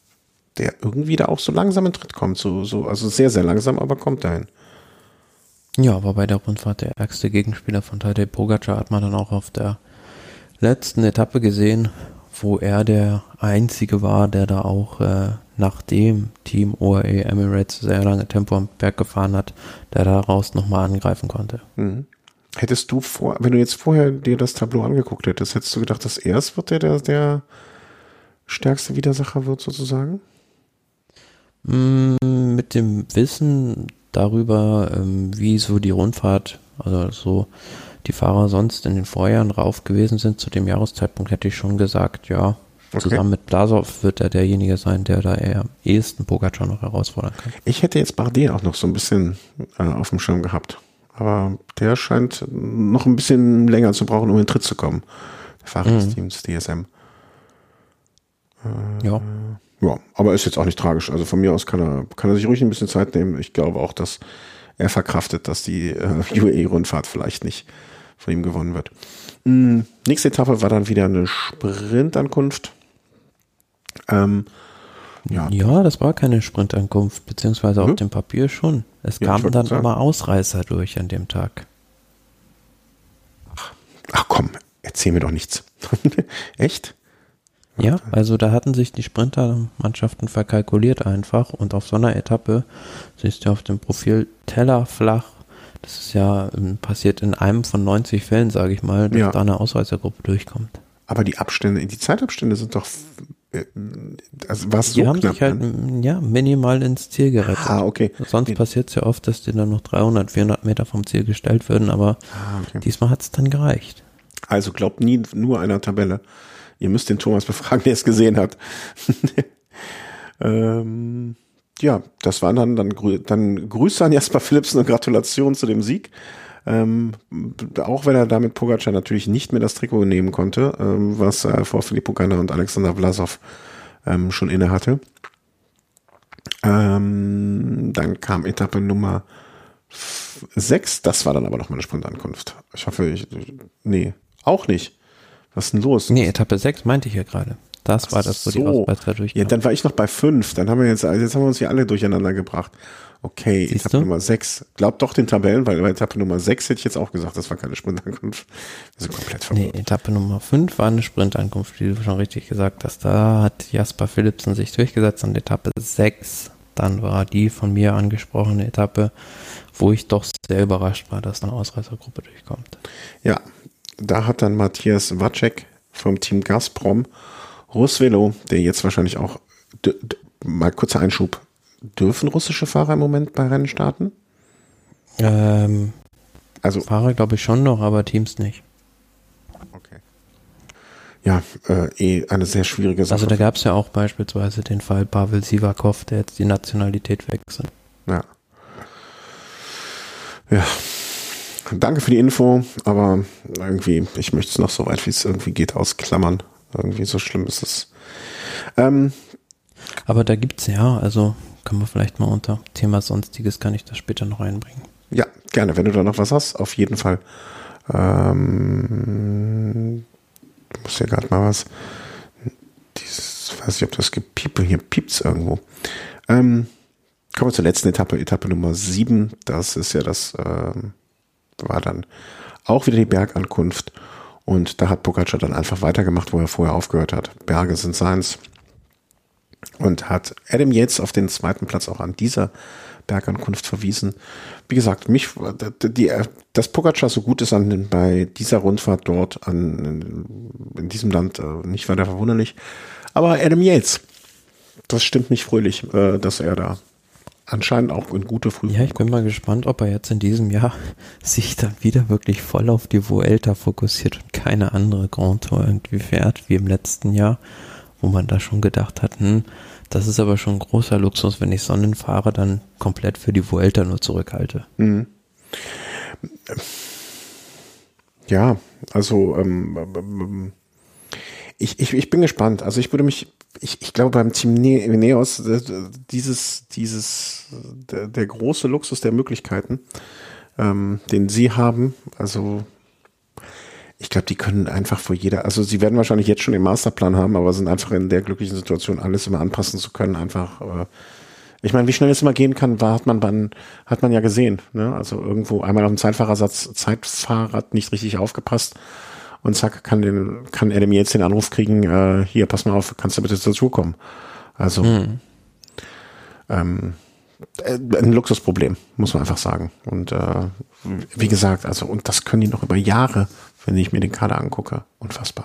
der irgendwie da auch so langsam in Tritt kommt. So, so, also sehr, sehr langsam, aber kommt dahin. Ja, aber bei der Rundfahrt der ärgste Gegenspieler von Tadej Pogacar hat man dann auch auf der letzten Etappe gesehen, wo er der Einzige war, der da auch äh, nachdem Team O A E Emirates sehr lange Tempo am Berg gefahren hat, der daraus nochmal angreifen konnte. Mhm. Hättest du vor, wenn du jetzt vorher dir das Tableau angeguckt hättest, hättest du gedacht, dass er es wird, der, der der stärkste Widersacher wird sozusagen? Mm, mit dem Wissen darüber, ähm, wie so die Rundfahrt, also so die Fahrer sonst in den Vorjahren rauf gewesen sind, zu dem Jahreszeitpunkt hätte ich schon gesagt, ja, okay. Zusammen mit Blasov wird er derjenige sein, der da eher am ehesten Pogacar noch herausfordern kann. Ich hätte jetzt Bardet auch noch so ein bisschen äh, auf dem Schirm gehabt. Aber der scheint noch ein bisschen länger zu brauchen, um in den Tritt zu kommen. Der Fahrer des mhm. Teams D S M. Äh, ja. Ja, aber ist jetzt auch nicht tragisch. Also von mir aus kann er, kann er sich ruhig ein bisschen Zeit nehmen. Ich glaube auch, dass er verkraftet, dass die äh, U A E-Rundfahrt vielleicht nicht von ihm gewonnen wird. Mhm. Nächste Etappe war dann wieder eine Sprintankunft. Ähm, ja. ja, das war keine Sprintankunft, beziehungsweise hm? auf dem Papier schon. Es ja, kamen dann aber Ausreißer durch an dem Tag. Ach, ach komm, erzähl mir doch nichts. Echt? Ja, also da hatten sich die Sprintermannschaften verkalkuliert einfach und auf so einer Etappe siehst du auf dem Profil Teller flach. Das ist ja passiert in einem von neunzig Fällen, sage ich mal, dass ja. da eine Ausreißergruppe durchkommt. Aber die Abstände, die Zeitabstände sind doch, also war es so die haben knapp, sich halt ne? ja, minimal ins Ziel gerettet. Ah, okay. Sonst passiert es ja oft, dass die dann noch dreihundert, vierhundert Meter vom Ziel gestellt würden, aber ah, okay. diesmal hat es dann gereicht. Also glaubt nie nur einer Tabelle. Ihr müsst den Thomas befragen, der es gesehen hat. ähm, ja, das waren dann, dann, dann Grüße an Jasper Philipsen und Gratulation zu dem Sieg. Ähm, auch wenn er damit Pogacar natürlich nicht mehr das Trikot nehmen konnte, ähm, was er vor Filippo Ganna und Alexander Vlasov ähm, schon inne hatte. Ähm, dann kam Etappe Nummer sechs, das war dann aber noch mal eine Sprintankunft. Ich hoffe, ich, nee, auch nicht. Was ist denn los? Nee, Etappe sechs meinte ich ja gerade. Das Ach war das, wo so. die Ausreißer durchkamen. Ja, dann war ich noch bei fünf. Dann haben wir jetzt, also jetzt haben wir uns hier alle durcheinander gebracht. Okay, Siehst Etappe du? Nummer sechs. Glaubt doch den Tabellen, weil bei Etappe Nummer sechs hätte ich jetzt auch gesagt, das war keine Sprintankunft. Wir sind komplett verwirrt. Nee, Etappe Nummer fünf war eine Sprintankunft, wie du schon richtig gesagt hast. Da hat Jasper Philipsen sich durchgesetzt. Und Etappe sechs, dann war die von mir angesprochene Etappe, wo ich doch sehr überrascht war, dass eine Ausreißergruppe durchkommt. Ja, da hat dann Matthias Wacek vom Team Gazprom Russvelo, der jetzt wahrscheinlich auch, d- d- mal kurzer Einschub, dürfen russische Fahrer im Moment bei Rennen starten? Ähm, also Fahrer glaube ich schon noch, aber Teams nicht. Okay. Ja, äh, eh eine sehr schwierige Sache. Also da gab es ja auch beispielsweise den Fall Pavel Sivakov, der jetzt die Nationalität wechselt. Ja. Ja. Danke für die Info, aber irgendwie, ich möchte es noch so weit wie es irgendwie geht ausklammern. Irgendwie so schlimm ist es. Ähm, aber da gibt's ja, also können wir vielleicht mal unter Thema Sonstiges, kann ich das später noch einbringen. Ja, gerne, wenn du da noch was hast, auf jeden Fall. Ähm, ich muss ja gerade mal was, dieses, weiß nicht, ob das gepiept, hier piept's irgendwo. Ähm, kommen wir zur letzten Etappe, Etappe Nummer sieben, das ist ja das, ähm, war dann auch wieder die Bergankunft und da hat Pogacar dann einfach weitergemacht, wo er vorher aufgehört hat. Berge sind seins und hat Adam Yates auf den zweiten Platz auch an dieser Bergankunft verwiesen. Wie gesagt, mich, die, dass Pogacar so gut ist an, bei dieser Rundfahrt dort an, in diesem Land nicht weiter verwunderlich, aber Adam Yates, das stimmt mich fröhlich, dass er da anscheinend auch in gute Frühform. Ja, ich bin mal gespannt, ob er jetzt in diesem Jahr sich dann wieder wirklich voll auf die Vuelta fokussiert und keine andere Grand Tour irgendwie fährt, wie im letzten Jahr, wo man da schon gedacht hat, hm, das ist aber schon ein großer Luxus, wenn ich Sonnen fahre, dann komplett für die Vuelta nur zurückhalte. Mhm. Ja, also ähm, ähm, ich, ich, ich bin gespannt. Also ich würde mich Ich, ich glaube, beim Team Ineos, dieses, dieses, der, der große Luxus der Möglichkeiten, ähm, den sie haben, also ich glaube, die können einfach vor jeder, also sie werden wahrscheinlich jetzt schon den Masterplan haben, aber sind einfach in der glücklichen Situation, alles immer anpassen zu können, einfach, äh, ich meine, wie schnell es immer gehen kann, war, hat man dann, hat man ja gesehen, ne? Also irgendwo einmal auf dem Zeitfahrersatz, Zeitfahrrad nicht richtig aufgepasst und zack, kann den, kann Adam jetzt den Anruf kriegen, äh, hier, pass mal auf, kannst du bitte zur Tour kommen? Also, mhm. ähm, ein Luxusproblem, muss man einfach sagen. Und äh, wie gesagt, also und das können die noch über Jahre, wenn ich mir den Kader angucke. Unfassbar.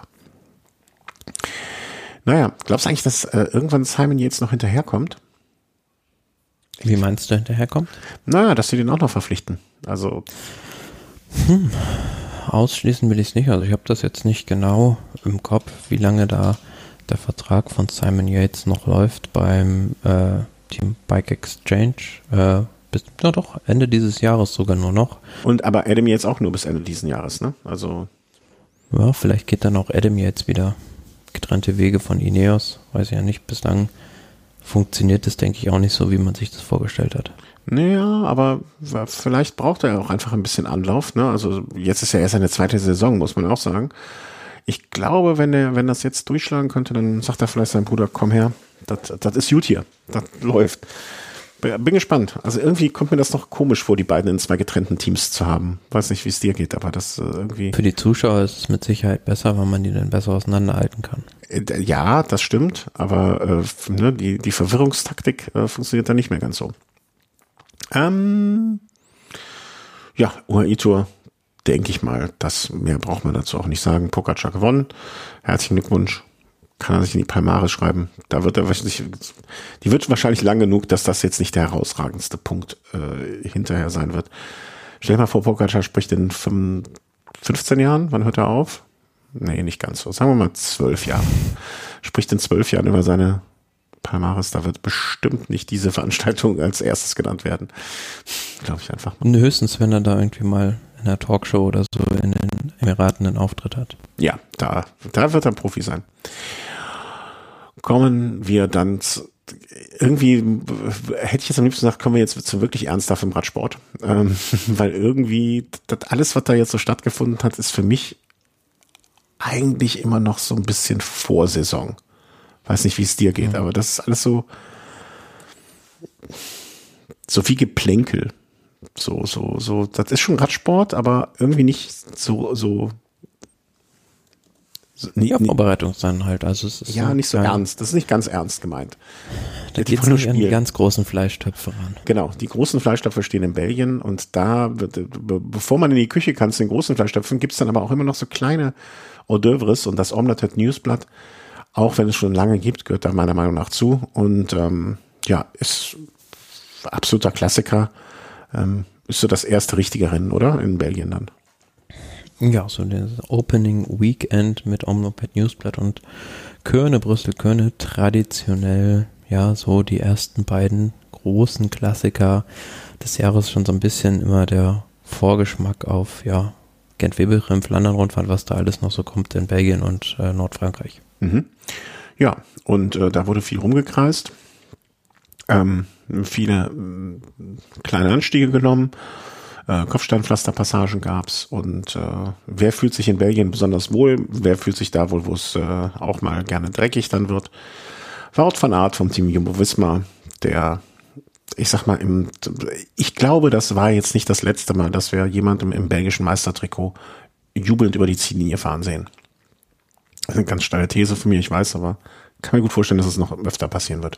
Naja, glaubst du eigentlich, dass äh, irgendwann Simon Yates noch hinterherkommt? Wie meinst du hinterherkommt? Naja, dass sie den auch noch verpflichten. Also hm. Ausschließen will ich es nicht. Also ich habe das jetzt nicht genau im Kopf, wie lange da der Vertrag von Simon Yates noch läuft beim äh, Team Bike Exchange, äh, bis, na doch, Ende dieses Jahres sogar nur noch. Und aber Adam Yates auch nur bis Ende dieses Jahres, ne? Also. Ja, vielleicht geht dann auch Adam Yates wieder getrennte Wege von Ineos, weiß ich ja nicht. Bislang funktioniert das, denke ich, auch nicht so, wie man sich das vorgestellt hat. Naja, aber vielleicht braucht er auch einfach ein bisschen Anlauf, ne? Also jetzt ist ja erst eine zweite Saison, muss man auch sagen. Ich glaube, wenn er, wenn das jetzt durchschlagen könnte, dann sagt er vielleicht seinem Bruder, komm her, das, das ist gut hier, das läuft. Bin gespannt. Also irgendwie kommt mir das noch komisch vor, die beiden in zwei getrennten Teams zu haben. Weiß nicht, wie es dir geht, aber das äh, irgendwie... Für die Zuschauer ist es mit Sicherheit besser, weil man die dann besser auseinanderhalten kann. Äh, ja, das stimmt, aber äh, ne, die, die Verwirrungstaktik äh, funktioniert dann nicht mehr ganz so. Ähm, ja, U A E-Tour, denke ich mal, das mehr braucht man dazu auch nicht sagen. Pogačar gewonnen, herzlichen Glückwunsch. Kann er sich in die Palmares schreiben. Da wird er wahrscheinlich, die wird wahrscheinlich lang genug, dass das jetzt nicht der herausragendste Punkt äh, hinterher sein wird. Stell dir mal vor, Pogačar spricht in fünfzehn Jahren, wann hört er auf? Nee, nicht ganz so. Sagen wir mal zwölf Jahre. Spricht in zwölf Jahren über seine Palmares, da wird bestimmt nicht diese Veranstaltung als erstes genannt werden. Glaube ich einfach mal. Höchstens, wenn er da irgendwie mal in einer Talkshow oder so in den Emiraten einen Auftritt hat. Ja, da, da wird er Profi sein. Kommen wir dann zu, irgendwie, hätte ich jetzt am liebsten gesagt, kommen wir jetzt zu wirklich ernsthaft im Radsport. Ähm, weil irgendwie, das alles, was da jetzt so stattgefunden hat, ist für mich eigentlich immer noch so ein bisschen Vorsaison. Weiß nicht, wie es dir geht, mhm. aber das ist alles so, so wie Geplänkel. So, so, so, das ist schon Radsport, aber irgendwie nicht so, so, so nie, ja, Vorbereitung sein halt, also es ist ja, so nicht so ernst, das ist nicht ganz ernst gemeint. Da geht es nicht an die ganz großen Fleischtöpfe ran. Genau, die großen Fleischtöpfe stehen in Belgien und da, bevor man in die Küche kann zu den großen Fleischtöpfen, gibt es dann aber auch immer noch so kleine Hors d'oeuvres und das Omelette Newsblatt, auch wenn es schon lange gibt, gehört da meiner Meinung nach zu und ähm, ja, ist absoluter Klassiker. Ähm, ist so das erste richtige Rennen, oder? In Belgien dann. Ja, so das Opening Weekend mit Omloped Newsblatt und Körne, Brüssel, Körne, traditionell, ja, so die ersten beiden großen Klassiker des Jahres, schon so ein bisschen immer der Vorgeschmack auf, ja, Gent-Wevelgem, Flandern-Rundfahrt, was da alles noch so kommt in Belgien und äh, Nordfrankreich. Mhm. Ja, und äh, da wurde viel rumgekreist. Ähm, viele äh, kleine Anstiege genommen, äh, Kopfsteinpflasterpassagen gab's und äh, wer fühlt sich in Belgien besonders wohl, wer fühlt sich da wohl, wo es äh, auch mal gerne dreckig dann wird. Wout van Aert vom Team Jumbo-Visma, der, ich sag mal, im, ich glaube, das war jetzt nicht das letzte Mal, dass wir jemanden im, im belgischen Meistertrikot jubelnd über die Ziellinie fahren sehen. Das ist eine ganz steile These von mir, ich weiß, aber kann mir gut vorstellen, dass es noch öfter passieren wird.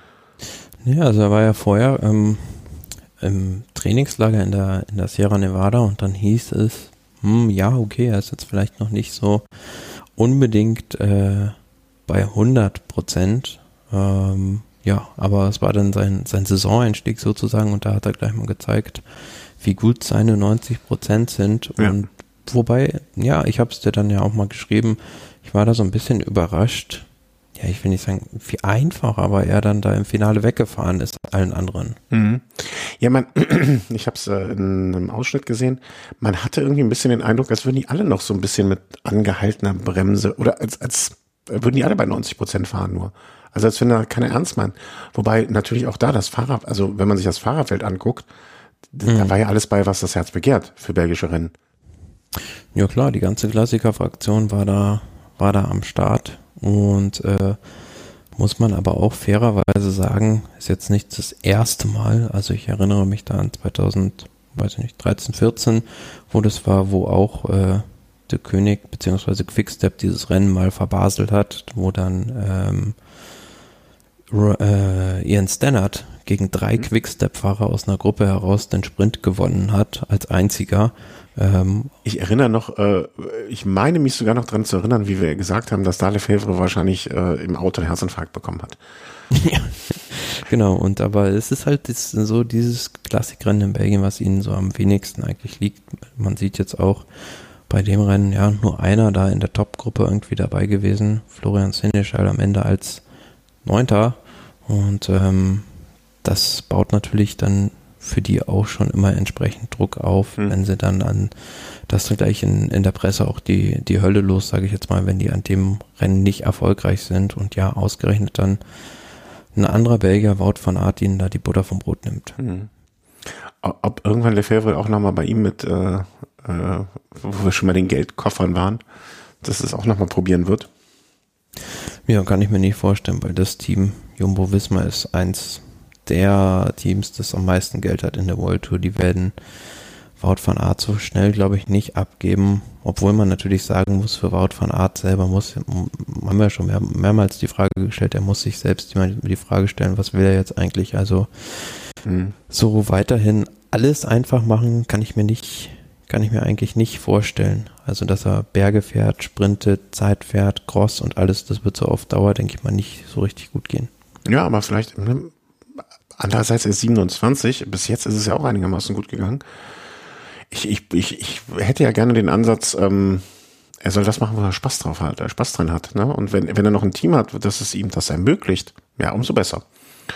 Ja, also er war ja vorher ähm, im Trainingslager in der, in der Sierra Nevada und dann hieß es, hm, ja, okay, er ist jetzt vielleicht noch nicht so unbedingt äh, bei hundert Prozent, ähm, ja, aber es war dann sein, sein Saisoneinstieg sozusagen und da hat er gleich mal gezeigt, wie gut seine neunzig Prozent sind ja. Und wobei, ja, ich habe es dir dann ja auch mal geschrieben, ich war da so ein bisschen überrascht, ja, ich will nicht sagen, viel einfacher, aber er dann da im Finale weggefahren ist, allen anderen. Mhm. Ja, man, ich habe es äh, in einem Ausschnitt gesehen, man hatte irgendwie ein bisschen den Eindruck, als würden die alle noch so ein bisschen mit angehaltener Bremse oder als, als würden die alle bei neunzig Prozent fahren nur. Also als wenn da keiner ernst meint. Wobei natürlich auch da das Fahrrad, also wenn man sich das Fahrerfeld anguckt, mhm. da war ja alles bei, was das Herz begehrt für belgische Rennen. Ja klar, die ganze Klassiker-Fraktion war da, war da am Start und äh, muss man aber auch fairerweise sagen, ist jetzt nicht das erste Mal, also ich erinnere mich da an zweitausend, weiß ich nicht, dreizehn, vierzehn, wo das war, wo auch äh, der König bzw. Quickstep dieses Rennen mal verbaselt hat, wo dann ähm, äh, Ian Stannard gegen drei mhm. Quickstep-Fahrer aus einer Gruppe heraus den Sprint gewonnen hat, als einziger. Ähm, ich erinnere noch, äh, ich meine mich sogar noch dran zu erinnern, wie wir gesagt haben, dass Dale Fevre wahrscheinlich äh, im Auto einen Herzinfarkt bekommen hat. Ja, genau. Und aber es ist halt das, so dieses Klassikrennen in Belgien, was ihnen so am wenigsten eigentlich liegt. Man sieht jetzt auch bei dem Rennen, ja, nur einer da in der Top-Gruppe irgendwie dabei gewesen. Florian Sénéchal am Ende als Neunter. Und ähm, das baut natürlich dann für die auch schon immer entsprechend Druck auf, hm. wenn sie dann an, dass dann gleich in, in der Presse auch die, die Hölle los, sage ich jetzt mal, wenn die an dem Rennen nicht erfolgreich sind und ja, ausgerechnet dann ein anderer Belgier, Wout van Aert, ihnen da die Butter vom Brot nimmt. Hm. Ob irgendwann Lefebvre auch nochmal bei ihm mit, äh, äh, wo wir schon mal den Geldkoffern waren, dass es auch nochmal probieren wird? Ja, kann ich mir nicht vorstellen, weil das Team Jumbo-Visma ist eins der Teams, das am meisten Geld hat in der World Tour. Die werden Wout van Aert so schnell, glaube ich, nicht abgeben, obwohl man natürlich sagen muss, für Wout van Aert selber muss, haben wir ja schon mehr, mehrmals die Frage gestellt, er muss sich selbst die Frage stellen, was will er jetzt eigentlich, also mhm. so weiterhin alles einfach machen, kann ich mir nicht, kann ich mir eigentlich nicht vorstellen. Also, dass er Berge fährt, sprintet, Zeit fährt, Cross und alles, das wird so auf Dauer, denke ich mal, nicht so richtig gut gehen. Ja, aber vielleicht, ne, andererseits ist siebenundzwanzig, bis jetzt ist es ja auch einigermaßen gut gegangen. Ich, ich, ich, ich hätte ja gerne den Ansatz, ähm, er soll das machen, wo er Spaß drauf hat, er Spaß drin hat, ne? Und wenn, wenn er noch ein Team hat, das es ihm das ermöglicht, ja, umso besser.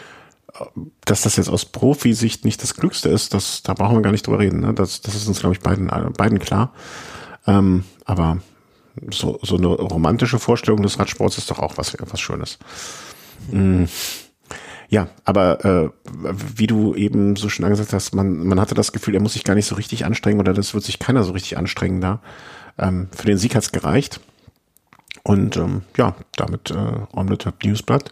Dass das jetzt aus Profisicht nicht das Klügste ist, das, da brauchen wir gar nicht drüber reden, ne? Das, das ist uns, glaube ich, beiden, beiden klar. Ähm, aber so, so eine romantische Vorstellung des Radsports ist doch auch was, was Schönes. Mhm. Ja, aber äh, wie du eben so schön angesagt hast, man, man hatte das Gefühl, er muss sich gar nicht so richtig anstrengen oder das wird sich keiner so richtig anstrengen da. Ähm, für den Sieg hat's gereicht. Und ähm, ja, damit äh, Omloop Newsblatt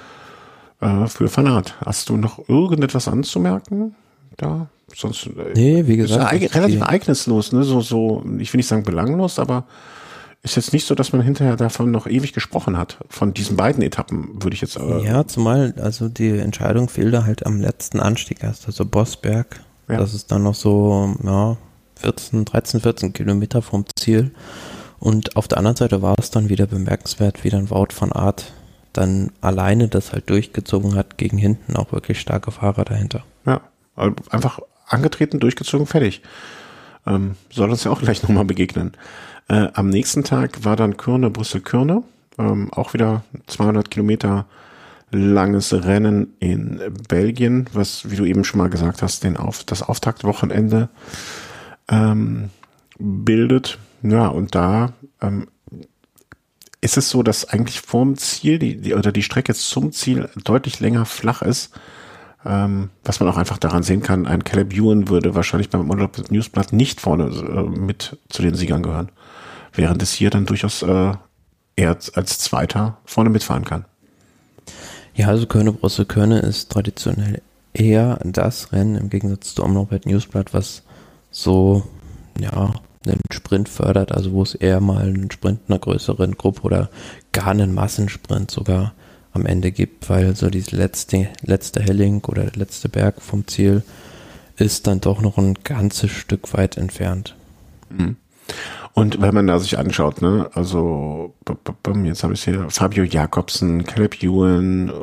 äh, für Van Aert. Hast du noch irgendetwas anzumerken da? Sonst äh, nee, wie gesagt, ist ja relativ ereignislos, ne? So, so, ich will nicht sagen belanglos, aber ist jetzt nicht so, dass man hinterher davon noch ewig gesprochen hat. Von diesen beiden Etappen würde ich jetzt... Äh ja, zumal also die Entscheidung fehlte halt am letzten Anstieg erst, also Bosberg. Ja. Das ist dann noch so ja, vierzehn, dreizehn, vierzehn Kilometer vom Ziel. Und auf der anderen Seite war es dann wieder bemerkenswert, wie dann Wout van Aert dann alleine das halt durchgezogen hat, gegen hinten auch wirklich starke Fahrer dahinter. Ja, einfach angetreten, durchgezogen, fertig. Ähm, soll uns ja auch gleich nochmal begegnen. Äh, am nächsten Tag war dann Kuurne, Brüssel-Kuurne, ähm, auch wieder zweihundert Kilometer langes Rennen in Belgien, was, wie du eben schon mal gesagt hast, den auf, das Auftaktwochenende ähm, bildet. Ja, und da ähm, ist es so, dass eigentlich vorm Ziel, die, die oder die Strecke zum Ziel deutlich länger flach ist, ähm, was man auch einfach daran sehen kann, ein Caleb Ewan würde wahrscheinlich beim Omloop Newsblatt nicht vorne äh, mit zu den Siegern gehören. Während es hier dann durchaus äh, er als Zweiter vorne mitfahren kann. Ja, also Kuurne-Brüssel-Kuurne ist traditionell eher das Rennen im Gegensatz zu Omloop Newsblatt, was so, ja, einen Sprint fördert, also wo es eher mal einen Sprint einer größeren Gruppe oder gar einen Massensprint sogar am Ende gibt, weil so dieses letzte, letzte Helling oder der letzte Berg vom Ziel ist dann doch noch ein ganzes Stück weit entfernt. Mhm. Und wenn man da sich anschaut, ne, also jetzt habe ich hier Fabio Jakobsen, Caleb Ewan,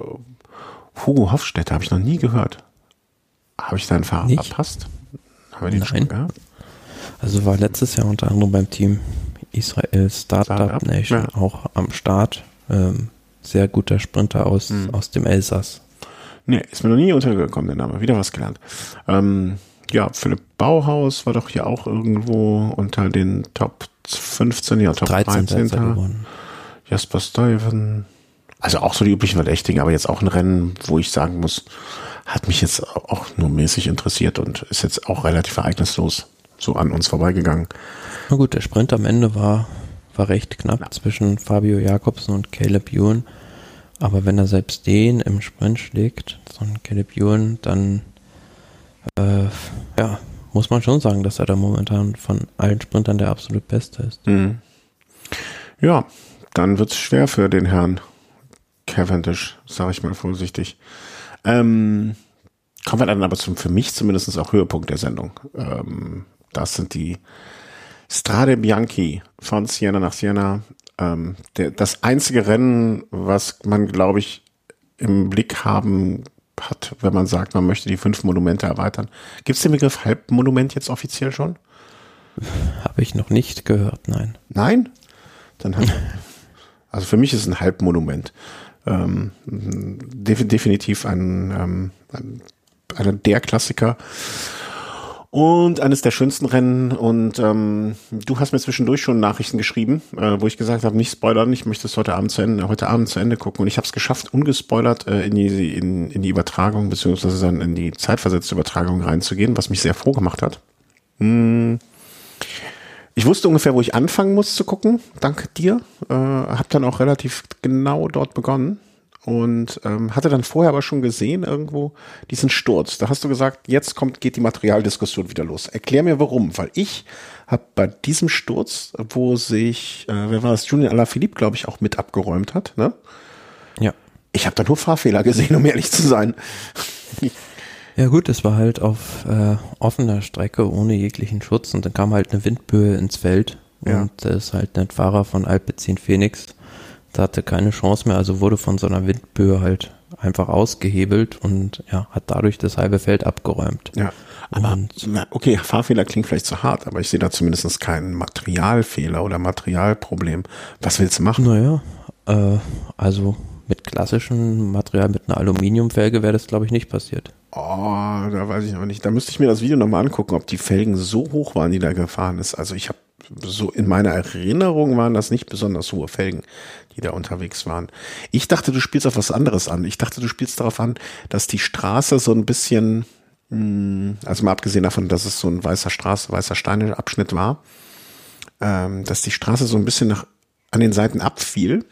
Hugo Hofstetter habe ich noch nie gehört. Habe ich da einen Fahrer Nicht? verpasst? Haben wir den Nein. schon gehabt? Also war letztes Jahr unter anderem beim Team Israel Startup, Startup Nation ja. auch am Start. Ähm, sehr guter Sprinter aus, hm. aus dem Elsass. Nee, ist mir noch nie untergekommen, der Name. Wieder was gelernt. Ähm, ja, Philipp Bauhaus war doch hier auch irgendwo unter den Top fünfzehn, ja, Top dreizehn. Jasper Stuyven. Also auch so die üblichen Verdächtigen, aber jetzt auch ein Rennen, wo ich sagen muss, hat mich jetzt auch nur mäßig interessiert und ist jetzt auch relativ ereignislos. so an uns vorbeigegangen. Na gut, der Sprint am Ende war, war recht knapp ja. zwischen Fabio Jakobsen und Caleb Ewan. Aber wenn er selbst den im Sprint schlägt, so ein Caleb Ewan, dann äh, ja, muss man schon sagen, dass er da momentan von allen Sprintern der absolut Beste ist. Mhm. Ja, dann wird es schwer für den Herrn Cavendish, sage ich mal vorsichtig. Ähm, kommen wir dann aber zum, für mich zumindest auch Höhepunkt der Sendung. Ähm, das sind die Strade Bianchi von Siena nach Siena. Ähm, der, das einzige Rennen, was man, glaube ich, im Blick haben hat, wenn man sagt, man möchte die fünf Monumente erweitern. Gibt es den Begriff Halbmonument jetzt offiziell schon? Habe ich noch nicht gehört, nein. Nein? Dann hat, also für mich ist es ein Halbmonument. Ähm, def- definitiv ein, ähm, ein, einer der Klassiker und eines der schönsten Rennen. Und ähm, du hast mir zwischendurch schon Nachrichten geschrieben, äh, wo ich gesagt habe, nicht spoilern, ich möchte es heute Abend zu Ende, heute Abend zu Ende gucken. Und ich habe es geschafft, ungespoilert äh, in die in, in die Übertragung beziehungsweise dann in die zeitversetzte Übertragung reinzugehen, was mich sehr froh gemacht hat. Hm. Ich wusste ungefähr, wo ich anfangen muss zu gucken, dank dir. Äh, habe dann auch relativ genau dort begonnen und ähm, hatte dann vorher aber schon gesehen irgendwo diesen Sturz. Da hast du gesagt, jetzt kommt geht die Materialdiskussion wieder los. Erklär mir warum, weil ich habe bei diesem Sturz, wo sich, äh, wer war das, Julian Alaphilippe, glaube ich, auch mit abgeräumt hat, ne? Ja. Ich habe da nur Fahrfehler gesehen, um ehrlich zu sein. Ja gut, es war halt auf äh, offener Strecke ohne jeglichen Schutz und dann kam halt eine Windböe ins Feld ja. und da ist halt ein Fahrer von Alpecin Phoenix, der hatte keine Chance mehr, also wurde von so einer Windböe halt einfach ausgehebelt und ja, hat dadurch das halbe Feld abgeräumt. Ja, aber und, na, okay, Fahrfehler klingt vielleicht zu hart, aber ich sehe da zumindest keinen Materialfehler oder Materialproblem. Was willst du machen? Naja, äh, also mit klassischem Material, mit einer Aluminiumfelge wäre das, glaube ich, nicht passiert. Oh, da weiß ich aber nicht. Da müsste ich mir das Video nochmal angucken, ob die Felgen so hoch waren, die da gefahren ist. Also ich habe so in meiner Erinnerung waren das nicht besonders hohe Felgen, die da unterwegs waren. Ich dachte, du spielst auf was anderes an. Ich dachte, du spielst darauf an, dass die Straße so ein bisschen, mh, also mal abgesehen davon, dass es so ein weißer Straße, weißer Steineabschnitt war, ähm, dass die Straße so ein bisschen nach, an den Seiten abfiel.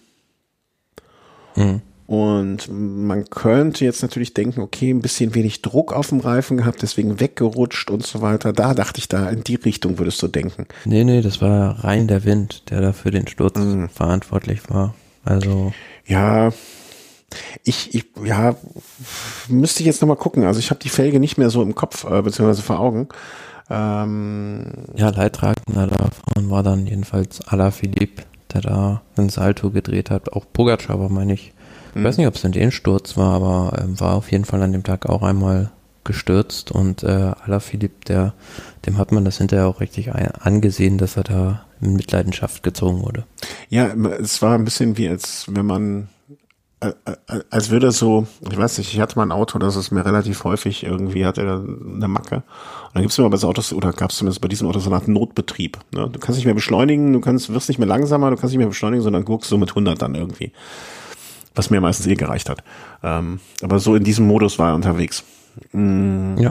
Mhm. Und man könnte jetzt natürlich denken, okay, ein bisschen wenig Druck auf dem Reifen gehabt, deswegen weggerutscht und so weiter. Da dachte ich, da in die Richtung würdest du denken. Nee, nee, das war rein der Wind, der da für den Sturz mhm. verantwortlich war. Also. Ja, ich, ich, ja, müsste ich jetzt nochmal gucken. Also ich habe die Felge nicht mehr so im Kopf, äh, beziehungsweise vor Augen. Ähm, ja, Leidtragender davon war dann jedenfalls Alaphilippe, der da ein Salto gedreht hat. Auch Pogacar war, meine ich. Ich weiß nicht, ob es in den Sturz war, aber äh, war auf jeden Fall an dem Tag auch einmal gestürzt und äh, Alaphilippe, der, dem hat man das hinterher auch richtig ein, angesehen, dass er da in Mitleidenschaft gezogen wurde. Ja, es war ein bisschen wie, als wenn man, äh, äh, als würde so, ich weiß nicht, ich hatte mal ein Auto, das ist mir relativ häufig irgendwie, hatte eine Macke. Und dann gibt es immer bei so Autos, oder gab es zumindest bei diesem Auto so eine Art Notbetrieb. Ne? Du kannst nicht mehr beschleunigen, du kannst, wirst nicht mehr langsamer, du kannst nicht mehr beschleunigen, sondern guckst so mit hundert dann irgendwie. Was mir meistens eh gereicht hat. Ähm, aber so in diesem Modus war er unterwegs. Mhm. Ja.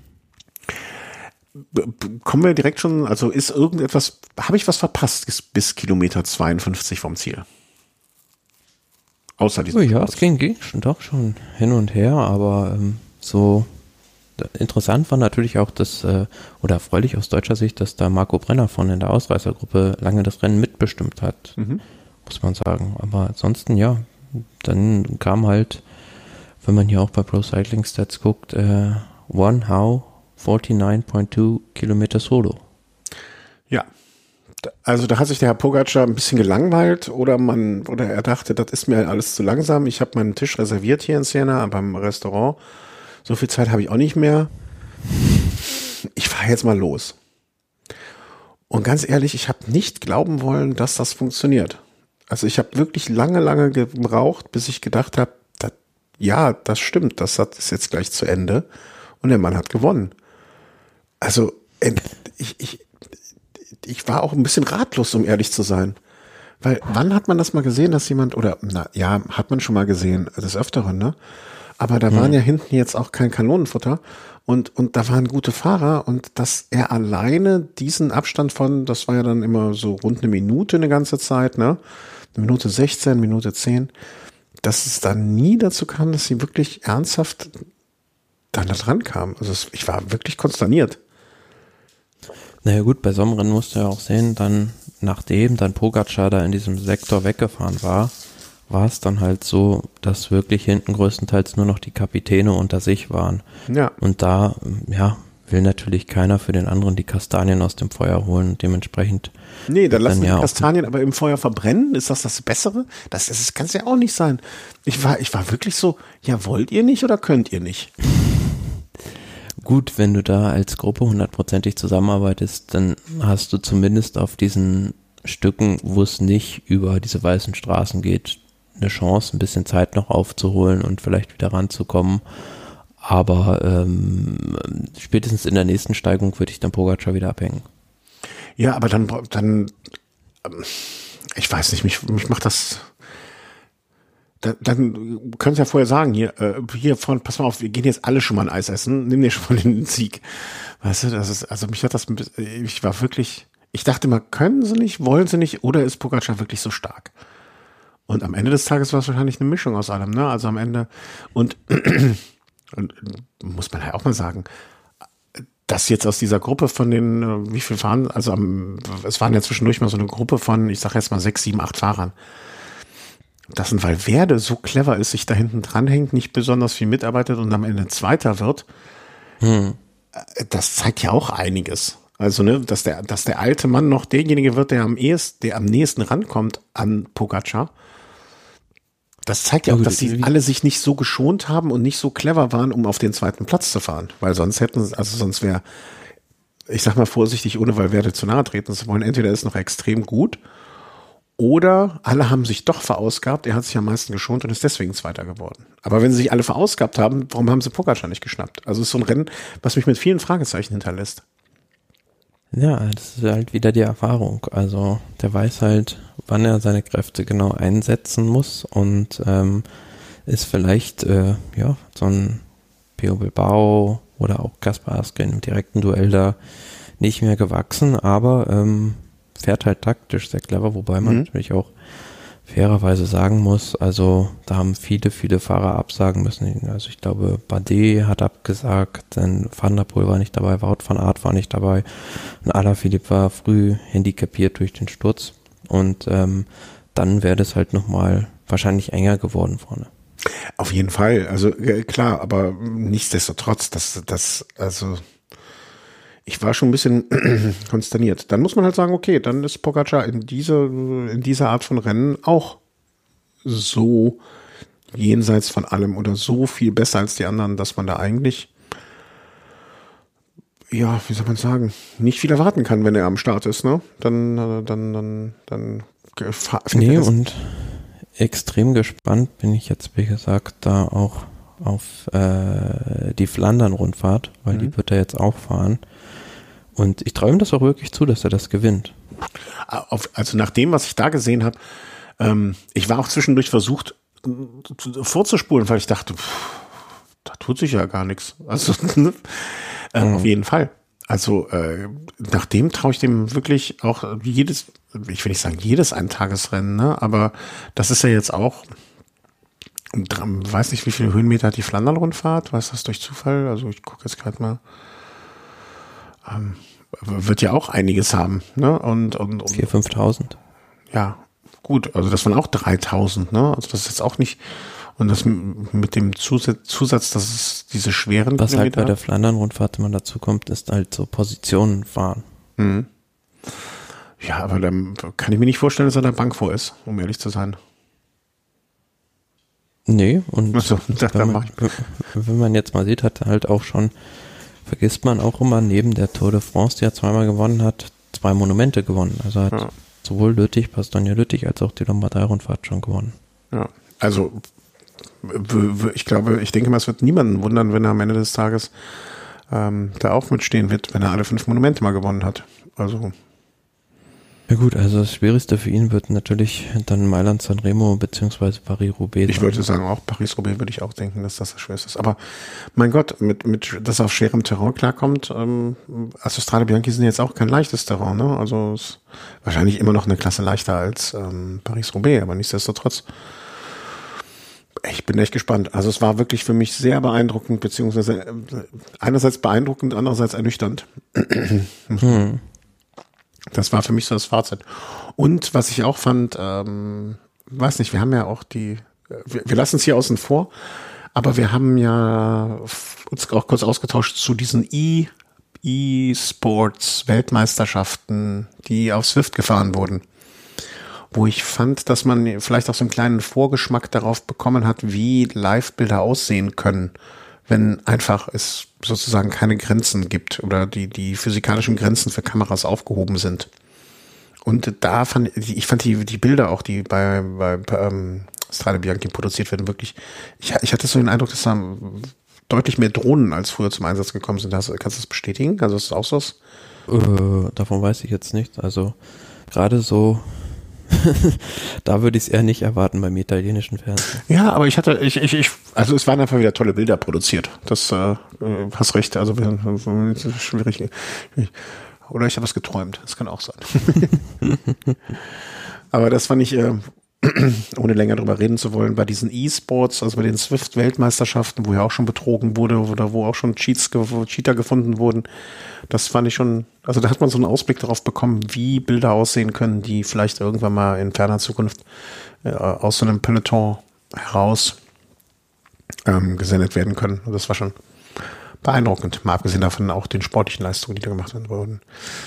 B- b- kommen wir direkt schon, also ist irgendetwas, habe ich was verpasst bis, bis Kilometer zweiundfünfzig vom Ziel? Außer diesem. Oh ja, es ging, ging schon, doch schon hin und her, aber ähm, so interessant war natürlich auch das, äh, oder erfreulich aus deutscher Sicht, dass da Marco Brenner von in der Ausreißergruppe lange das Rennen mitbestimmt hat, mhm. muss man sagen. Aber ansonsten, ja, dann kam halt, wenn man hier auch bei Pro Cycling Stats guckt, äh, One How neunundvierzig Komma zwei Kilometer Solo. Ja, also da hat sich der Herr Pogacar ein bisschen gelangweilt oder man oder er dachte, das ist mir alles zu langsam. Ich habe meinen Tisch reserviert hier in Siena beim Restaurant. So viel Zeit habe ich auch nicht mehr. Ich fahre jetzt mal los. Und ganz ehrlich, ich habe nicht glauben wollen, dass das funktioniert. Also ich habe wirklich lange, lange gebraucht, bis ich gedacht habe, ja, das stimmt, das ist jetzt gleich zu Ende. Und der Mann hat gewonnen. Also ich, ich, ich war auch ein bisschen ratlos, um ehrlich zu sein. Weil wann hat man das mal gesehen, dass jemand, oder na ja, hat man schon mal gesehen, des Öfteren, ne? aber da waren ja hinten jetzt auch kein Kanonenfutter und, und da waren gute Fahrer und dass er alleine diesen Abstand von, das war ja dann immer so rund eine Minute eine ganze Zeit, ne? Eine Minute sechzehn, Minute zehn, dass es dann nie dazu kam, dass sie wirklich ernsthaft dann da dran kam. Also es, ich war wirklich konsterniert. Naja gut, bei so einem Rennen musst du ja auch sehen, dann nachdem dann Pogačar da in diesem Sektor weggefahren war, war es dann halt so, dass wirklich hinten größtenteils nur noch die Kapitäne unter sich waren. Ja. Und da, ja, will natürlich keiner für den anderen die Kastanien aus dem Feuer holen. Dementsprechend. Nee, dann lassen dann die ja Kastanien aber im Feuer verbrennen. Ist das das Bessere? Das, das kann es ja auch nicht sein. Ich war, ich war wirklich so, ja, wollt ihr nicht oder könnt ihr nicht? Gut, wenn du da als Gruppe hundertprozentig zusammenarbeitest, dann hast du zumindest auf diesen Stücken, wo es nicht über diese weißen Straßen geht, eine Chance, ein bisschen Zeit noch aufzuholen und vielleicht wieder ranzukommen. Aber ähm, spätestens in der nächsten Steigung würde ich dann Pogačar wieder abhängen. Ja, aber dann, dann, ich weiß nicht, mich, mich macht das. Dann, dann können Sie ja vorher sagen, hier, äh, hier von, pass mal auf, wir gehen jetzt alle schon mal ein Eis essen, nimm dir schon mal den Sieg. Weißt du, das ist, also mich hat das ein bisschen, ich war wirklich, ich dachte mal, können sie nicht, wollen sie nicht, oder ist Pogačar wirklich so stark? Und am Ende des Tages war es wahrscheinlich eine Mischung aus allem, ne? Also am Ende, und, und muss man ja auch mal sagen, dass jetzt aus dieser Gruppe von den, wie viel waren, also am, es waren ja zwischendurch mal so eine Gruppe von, ich sag jetzt mal sechs, sieben, acht Fahrern. Dass ein Valverde so clever ist, sich da hinten dranhängt, nicht besonders viel mitarbeitet und am Ende Zweiter wird, hm. das zeigt ja auch einiges. Also, ne, dass der, dass der alte Mann noch derjenige wird, der am ehesten, der am nächsten rankommt an Pogačar. Das zeigt ja auch, dass sie alle sich nicht so geschont haben und nicht so clever waren, um auf den zweiten Platz zu fahren. Weil sonst hätten, also sonst wäre, ich sag mal vorsichtig, ohne Valverde zu nahe treten zu wollen, entweder ist noch extrem gut, oder alle haben sich doch verausgabt, er hat sich am meisten geschont und ist deswegen Zweiter geworden. Aber wenn sie sich alle verausgabt haben, warum haben sie Pogačar nicht geschnappt? Also es ist so ein Rennen, was mich mit vielen Fragezeichen hinterlässt. Ja, das ist halt wieder die Erfahrung. Also der weiß halt, wann er seine Kräfte genau einsetzen muss und ähm, ist vielleicht äh, ja so ein Pio Bilbao oder auch Kaspar Asgreen im direkten Duell da nicht mehr gewachsen, aber ähm, fährt halt taktisch sehr clever, wobei man mhm. natürlich auch fairerweise sagen muss, also da haben viele, viele Fahrer absagen müssen. Also ich glaube, Bardet hat abgesagt, dann Van der Poel war nicht dabei, Wout van Aert war nicht dabei und Alaphilippe war früh handicapiert durch den Sturz und ähm, dann wäre das halt nochmal wahrscheinlich enger geworden vorne. Auf jeden Fall, also äh, klar, aber nichtsdestotrotz, das, das, also ich war schon ein bisschen konsterniert. Dann muss man halt sagen, okay, dann ist Pogačar in diese, in dieser Art von Rennen auch so jenseits von allem oder so viel besser als die anderen, dass man da eigentlich, ja, wie soll man sagen, nicht viel erwarten kann, wenn er am Start ist, ne? Dann, dann, dann, dann. Nee, und extrem gespannt bin ich jetzt, wie gesagt, da auch auf äh, die Flandern-Rundfahrt, weil mhm. die wird er jetzt auch fahren. Und ich traue ihm das auch wirklich zu, dass er das gewinnt. Auf, also nach dem, was ich da gesehen habe, ähm, ich war auch zwischendurch versucht vorzuspulen, weil ich dachte, pff, da tut sich ja gar nichts. Also äh, mhm. auf jeden Fall. Also äh, nach dem traue ich dem wirklich auch jedes, ich will nicht sagen jedes Eintagesrennen, ne? Aber das ist ja jetzt auch, weiß nicht, wie viele Höhenmeter hat die Flandern-Rundfahrt? Weiß das durch Zufall? Also ich gucke jetzt gerade mal. Ähm, wird ja auch einiges haben, ne? Und, und, und viertausend, fünftausend. Ja, gut. Also das waren auch dreitausend, ne? Also das ist jetzt auch nicht, und das mit dem Zusatz, Zusatz dass es diese schweren Was halt bei der Flandern-Rundfahrt immer dazu kommt, ist halt so Positionen fahren. Mhm. Ja, aber dann kann ich mir nicht vorstellen, dass er da Bank vor ist, um ehrlich zu sein. Nee, und also, da, wenn, man, wenn man jetzt mal sieht, hat er halt auch schon, vergisst man auch immer, neben der Tour de France, die er zweimal gewonnen hat, zwei Monumente gewonnen. Also hat ja. sowohl Lüttich, Bastogne Lüttich, als auch die Lombardei-Rundfahrt schon gewonnen. Ja, also ich glaube, ich denke mal, es wird niemanden wundern, wenn er am Ende des Tages ähm, da auch mitstehen wird, wenn er alle fünf Monumente mal gewonnen hat. Also Ja gut, also das Schwierigste für ihn wird natürlich dann Mailand-San Remo beziehungsweise Paris-Roubaix. Ich würde sagen, auch Paris-Roubaix würde ich auch denken, dass das das Schwerste ist. Aber mein Gott, mit, mit, dass er auf schwerem Terrain klarkommt, ähm, also Strade Bianchi sind jetzt auch kein leichtes Terrain, ne? Also ist wahrscheinlich immer noch eine Klasse leichter als ähm, Paris-Roubaix, aber nichtsdestotrotz. Ich bin echt gespannt. Also es war wirklich für mich sehr beeindruckend, beziehungsweise äh, einerseits beeindruckend, andererseits ernüchternd. hm. Das war für mich so das Fazit. Und was ich auch fand, ähm, weiß nicht, wir haben ja auch die, wir, wir lassen es hier außen vor, aber wir haben ja uns auch kurz ausgetauscht zu diesen E, E-Sports-Weltmeisterschaften, die auf Zwift gefahren wurden. Wo ich fand, dass man vielleicht auch so einen kleinen Vorgeschmack darauf bekommen hat, wie Live-Bilder aussehen können, wenn einfach es sozusagen keine Grenzen gibt oder die, die physikalischen Grenzen für Kameras aufgehoben sind. Und da fand ich, fand die, die Bilder auch, die bei, bei ähm, Strade Bianchi produziert werden, wirklich, ich, ich hatte so den Eindruck, dass da deutlich mehr Drohnen als früher zum Einsatz gekommen sind. Hast, kannst du das bestätigen? Also ist das auch so? Äh, davon weiß ich jetzt nicht. Also gerade so da würde ich es eher nicht erwarten beim italienischen Fernsehen. Ja, aber ich hatte, ich, ich, ich, also es waren einfach wieder tolle Bilder produziert. Das äh, hast recht. Also schwierig. Oder ich habe was geträumt. Das kann auch sein. Aber das fand ich, äh, ohne länger drüber reden zu wollen, bei diesen E-Sports, also bei den Swift-Weltmeisterschaften, wo ja auch schon betrogen wurde oder wo auch schon Cheats, Cheater gefunden wurden, das fand ich schon, also da hat man so einen Ausblick darauf bekommen, wie Bilder aussehen können, die vielleicht irgendwann mal in ferner Zukunft äh, aus so einem Peloton heraus ähm, gesendet werden können. Und das war schon beeindruckend, mal abgesehen davon auch den sportlichen Leistungen, die da gemacht wurden.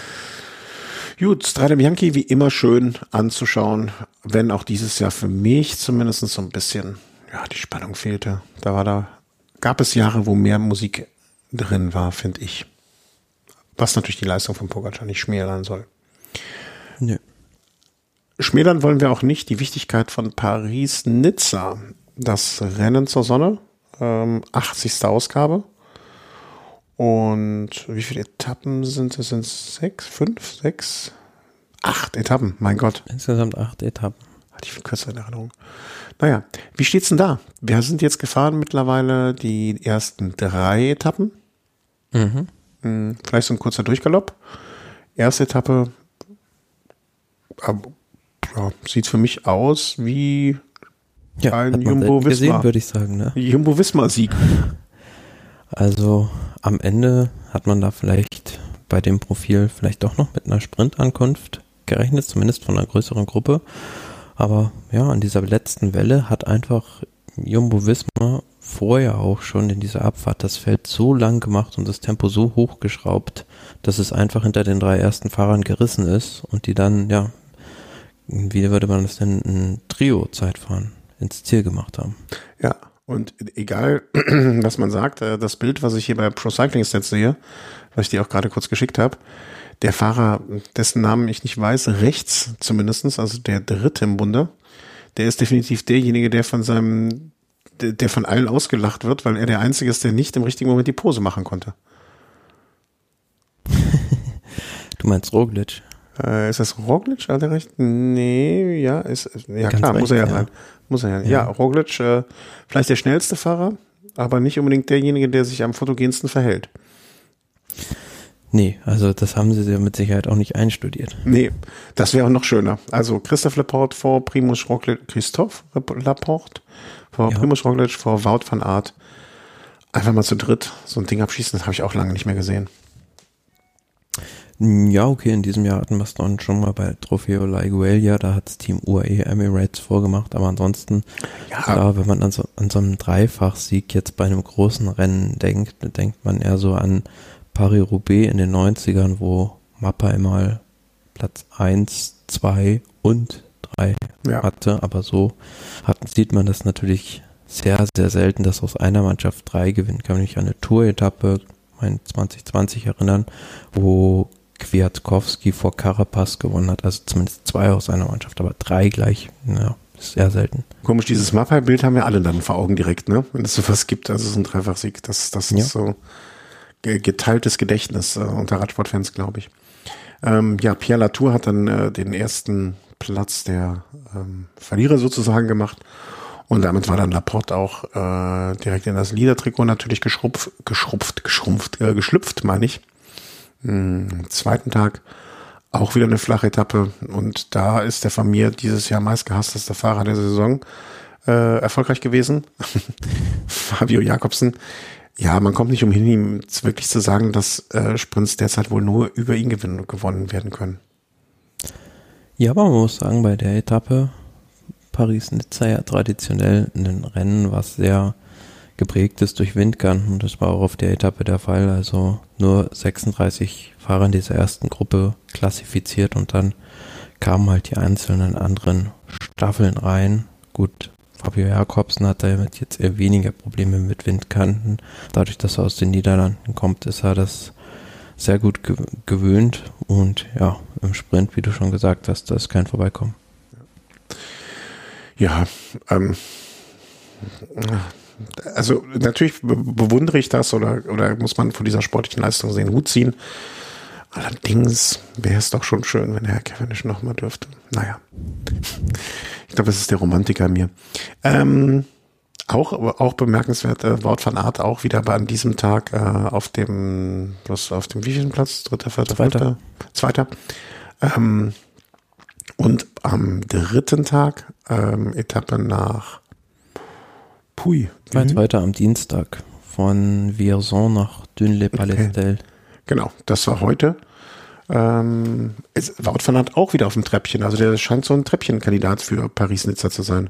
Gut, Strade Bianchi wie immer schön anzuschauen, wenn auch dieses Jahr für mich zumindest so ein bisschen, ja, die Spannung fehlte. Da war da, gab es Jahre, wo mehr Musik drin war, finde ich. Was natürlich die Leistung von Pogačar nicht schmälern soll. Nö. Schmälern wollen wir auch nicht die Wichtigkeit von Paris-Nizza. Das Rennen zur Sonne, ähm, achtzigste Ausgabe. Und wie viele Etappen sind es? Sind es sechs, fünf, sechs, acht Etappen? Mein Gott. Insgesamt acht Etappen. Hatte ich viel kürzer in Erinnerung. Naja, wie steht's denn da? Wir sind jetzt gefahren mittlerweile die ersten drei Etappen. Mhm. Hm, vielleicht so ein kurzer Durchgalopp. Erste Etappe äh, ja, sieht für mich aus wie ja, ein Jumbo-Visma, würde ich sagen, ne? Jumbo-Visma-Sieg. Also am Ende hat man da vielleicht bei dem Profil vielleicht doch noch mit einer Sprintankunft gerechnet, zumindest von einer größeren Gruppe. Aber ja, an dieser letzten Welle hat einfach Jumbo-Visma vorher auch schon in dieser Abfahrt das Feld so lang gemacht und das Tempo so hochgeschraubt, dass es einfach hinter den drei ersten Fahrern gerissen ist und die dann, ja, wie würde man das denn, ein Trio-Zeitfahren ins Ziel gemacht haben. Ja. Und egal, was man sagt, das Bild, was ich hier bei Pro Cycling Stats sehe, was ich dir auch gerade kurz geschickt habe, der Fahrer, dessen Namen ich nicht weiß, rechts zumindestens, also der dritte im Bunde, der ist definitiv derjenige, der von seinem, der, der von allen ausgelacht wird, weil er der Einzige ist, der nicht im richtigen Moment die Pose machen konnte. Du meinst Roglic? Äh, ist das Roglic, hat er recht? Nee, ja, ist, ja Ganz klar, recht, muss er ja, ja sein. Muss er ja. Ja, ja Roglic, äh, vielleicht der schnellste Fahrer, aber nicht unbedingt derjenige, der sich am fotogensten verhält. Nee, also das haben sie ja mit Sicherheit auch nicht einstudiert. Nee, das wäre auch noch schöner. Also Christophe Laporte vor Primož Roglic, Christophe Laporte vor ja. Primož Roglic, vor Wout van Aert. Einfach mal zu dritt so ein Ding abschießen, das habe ich auch lange nicht mehr gesehen. Ja, okay, in diesem Jahr hatten wir es dann schon mal bei Trofeo Laiguelia, da hat das Team U A E Emirates vorgemacht, aber ansonsten, ja. klar, wenn man an so, an so einem Dreifachsieg jetzt bei einem großen Rennen denkt, denkt man eher so an Paris-Roubaix in den neunzigern, wo Mappa immer Platz eins, zwei und drei ja. hatte, aber so hat, sieht man das natürlich sehr, sehr selten, dass aus einer Mannschaft drei gewinnt. Kann mich an eine Tour-Etappe, mein zwanzig zwanzig erinnern, wo Kwiatkowski vor Carapaz gewonnen hat, also zumindest zwei aus einer Mannschaft, aber drei gleich, ja, ist sehr selten. Komisch, dieses Mappa-Bild haben wir alle dann vor Augen direkt, ne? Wenn es sowas gibt, also so ein Dreifachsieg, das, das ja. ist so geteiltes Gedächtnis äh, unter Radsportfans, glaube ich. Ähm, ja, Pierre Latour hat dann äh, den ersten Platz der ähm, Verlierer sozusagen gemacht. Und damit war dann Laporte auch äh, direkt in das Leader-Trikot natürlich geschrupft, geschrupft, geschrumpft, äh, geschlüpft, meine ich. Hm, am zweiten Tag auch wieder eine flache Etappe. Und da ist der von mir dieses Jahr meistgehassteste Fahrer der Saison äh, erfolgreich gewesen. Fabio Jakobsen. Ja, man kommt nicht umhin, ihm wirklich zu sagen, dass äh, Sprints derzeit wohl nur über ihn gewinnen, gewonnen werden können. Ja, aber man muss sagen, bei der Etappe Paris-Nizza ja traditionell ein Rennen, was sehr geprägt ist durch Windkanten. Und das war auch auf der Etappe der Fall. Also nur sechsunddreißig Fahrer in dieser ersten Gruppe klassifiziert und dann kamen halt die einzelnen anderen Staffeln rein. Gut, Fabio Jakobsen hat damit jetzt eher weniger Probleme mit Windkanten. Dadurch, dass er aus den Niederlanden kommt, ist er das sehr gut ge- gewöhnt. Und ja, im Sprint, wie du schon gesagt hast, da ist kein Vorbeikommen. Ja, ähm, also natürlich be- bewundere ich das oder, oder muss man von dieser sportlichen Leistung den Hut ziehen. Allerdings wäre es doch schon schön, wenn der Herr Cavendish noch mal dürfte. Naja, ich glaube, das ist der Romantiker in mir. Ähm, auch, auch bemerkenswert, äh, Wout van Aert auch wieder bei an diesem Tag äh, auf dem, was, auf dem wievielten Platz? Dritter, vierter, Zweiter. fünfter? Zweiter. Ähm, und am dritten Tag ähm, Etappe nach Puy. Mein zweiter am Dienstag von Vierzon nach Dun-le-Palestel. Okay. Genau, das war heute. Ähm, ist Wout van Aert auch wieder auf dem Treppchen. Also der scheint so ein Treppchenkandidat für Paris-Nizza zu sein.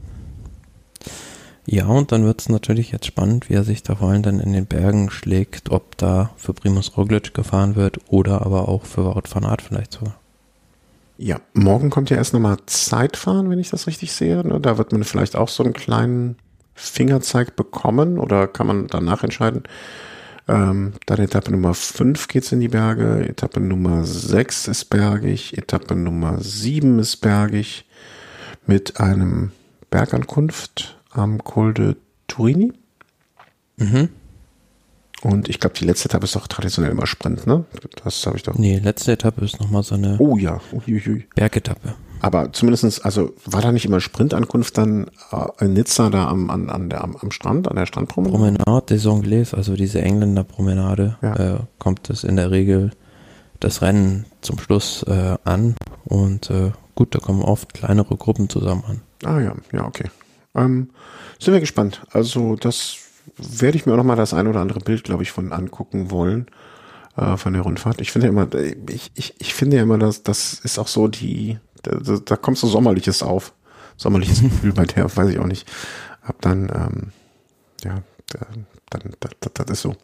Ja, und dann wird es natürlich jetzt spannend, wie er sich da vor allem dann in den Bergen schlägt, ob da für Primož Roglič gefahren wird oder aber auch für Wout van Aert vielleicht sogar. Ja, morgen kommt ja erst nochmal Zeitfahren, wenn ich das richtig sehe. Da wird man vielleicht auch so einen kleinen Fingerzeig bekommen oder kann man danach entscheiden. Ähm, dann Etappe Nummer fünf geht's in die Berge, Etappe Nummer sechs ist bergig, Etappe Nummer sieben ist bergig mit einem Bergankunft am Col de Turini. Mhm. Und ich glaube, die letzte Etappe ist doch traditionell immer Sprint, ne? Das habe ich doch. Nee, letzte Etappe ist nochmal so eine Oh ja, Uiuiui. Bergetappe. Aber zumindestens, also war da nicht immer Sprintankunft dann äh, in Nizza da am, an, an der, am, am Strand, an der Strandpromenade? Promenade des Anglais, also diese Engländer-Promenade, Ja. äh, kommt es in der Regel das Rennen zum Schluss äh, an. Und äh, gut, da kommen oft kleinere Gruppen zusammen an. Ah ja, ja, okay. Ähm, sind wir gespannt. Also das werde ich mir auch nochmal das ein oder andere Bild, glaube ich, von angucken wollen, äh, von der Rundfahrt. Ich finde ja immer, ich, ich, ich finde ja immer, dass das ist auch so die, da, da kommt so Sommerliches auf. Sommerliches Gefühl bei der, weiß ich auch nicht. Hab dann, ähm, ja, dann, das, das, das ist so.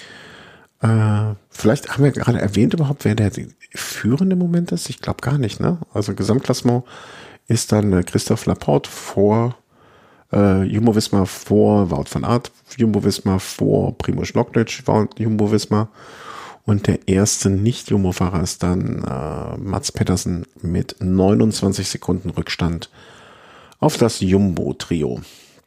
Äh, vielleicht haben wir gerade erwähnt überhaupt, wer der führende Moment ist. Ich glaube gar nicht, ne? Also Gesamtklassement ist dann äh, Christophe Laporte vor äh, Jumbo-Visma vor Wout van Aert, Jumbo-Visma vor Primož Roglič, Jumbo-Visma. Und der erste Nicht-Jumbo-Fahrer ist dann äh, Mats Pedersen mit neunundzwanzig Sekunden Rückstand auf das Jumbo-Trio.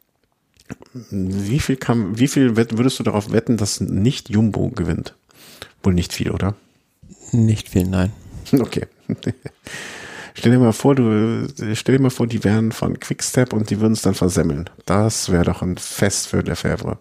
Wie viel kann, wie viel würdest du darauf wetten, dass nicht Jumbo gewinnt? Wohl nicht viel, oder? Nicht viel, nein. Okay. Stell dir mal vor, du, stell dir mal vor, die wären von Quickstep und die würden es dann versemmeln. Das wäre doch ein Fest für Lefebvre.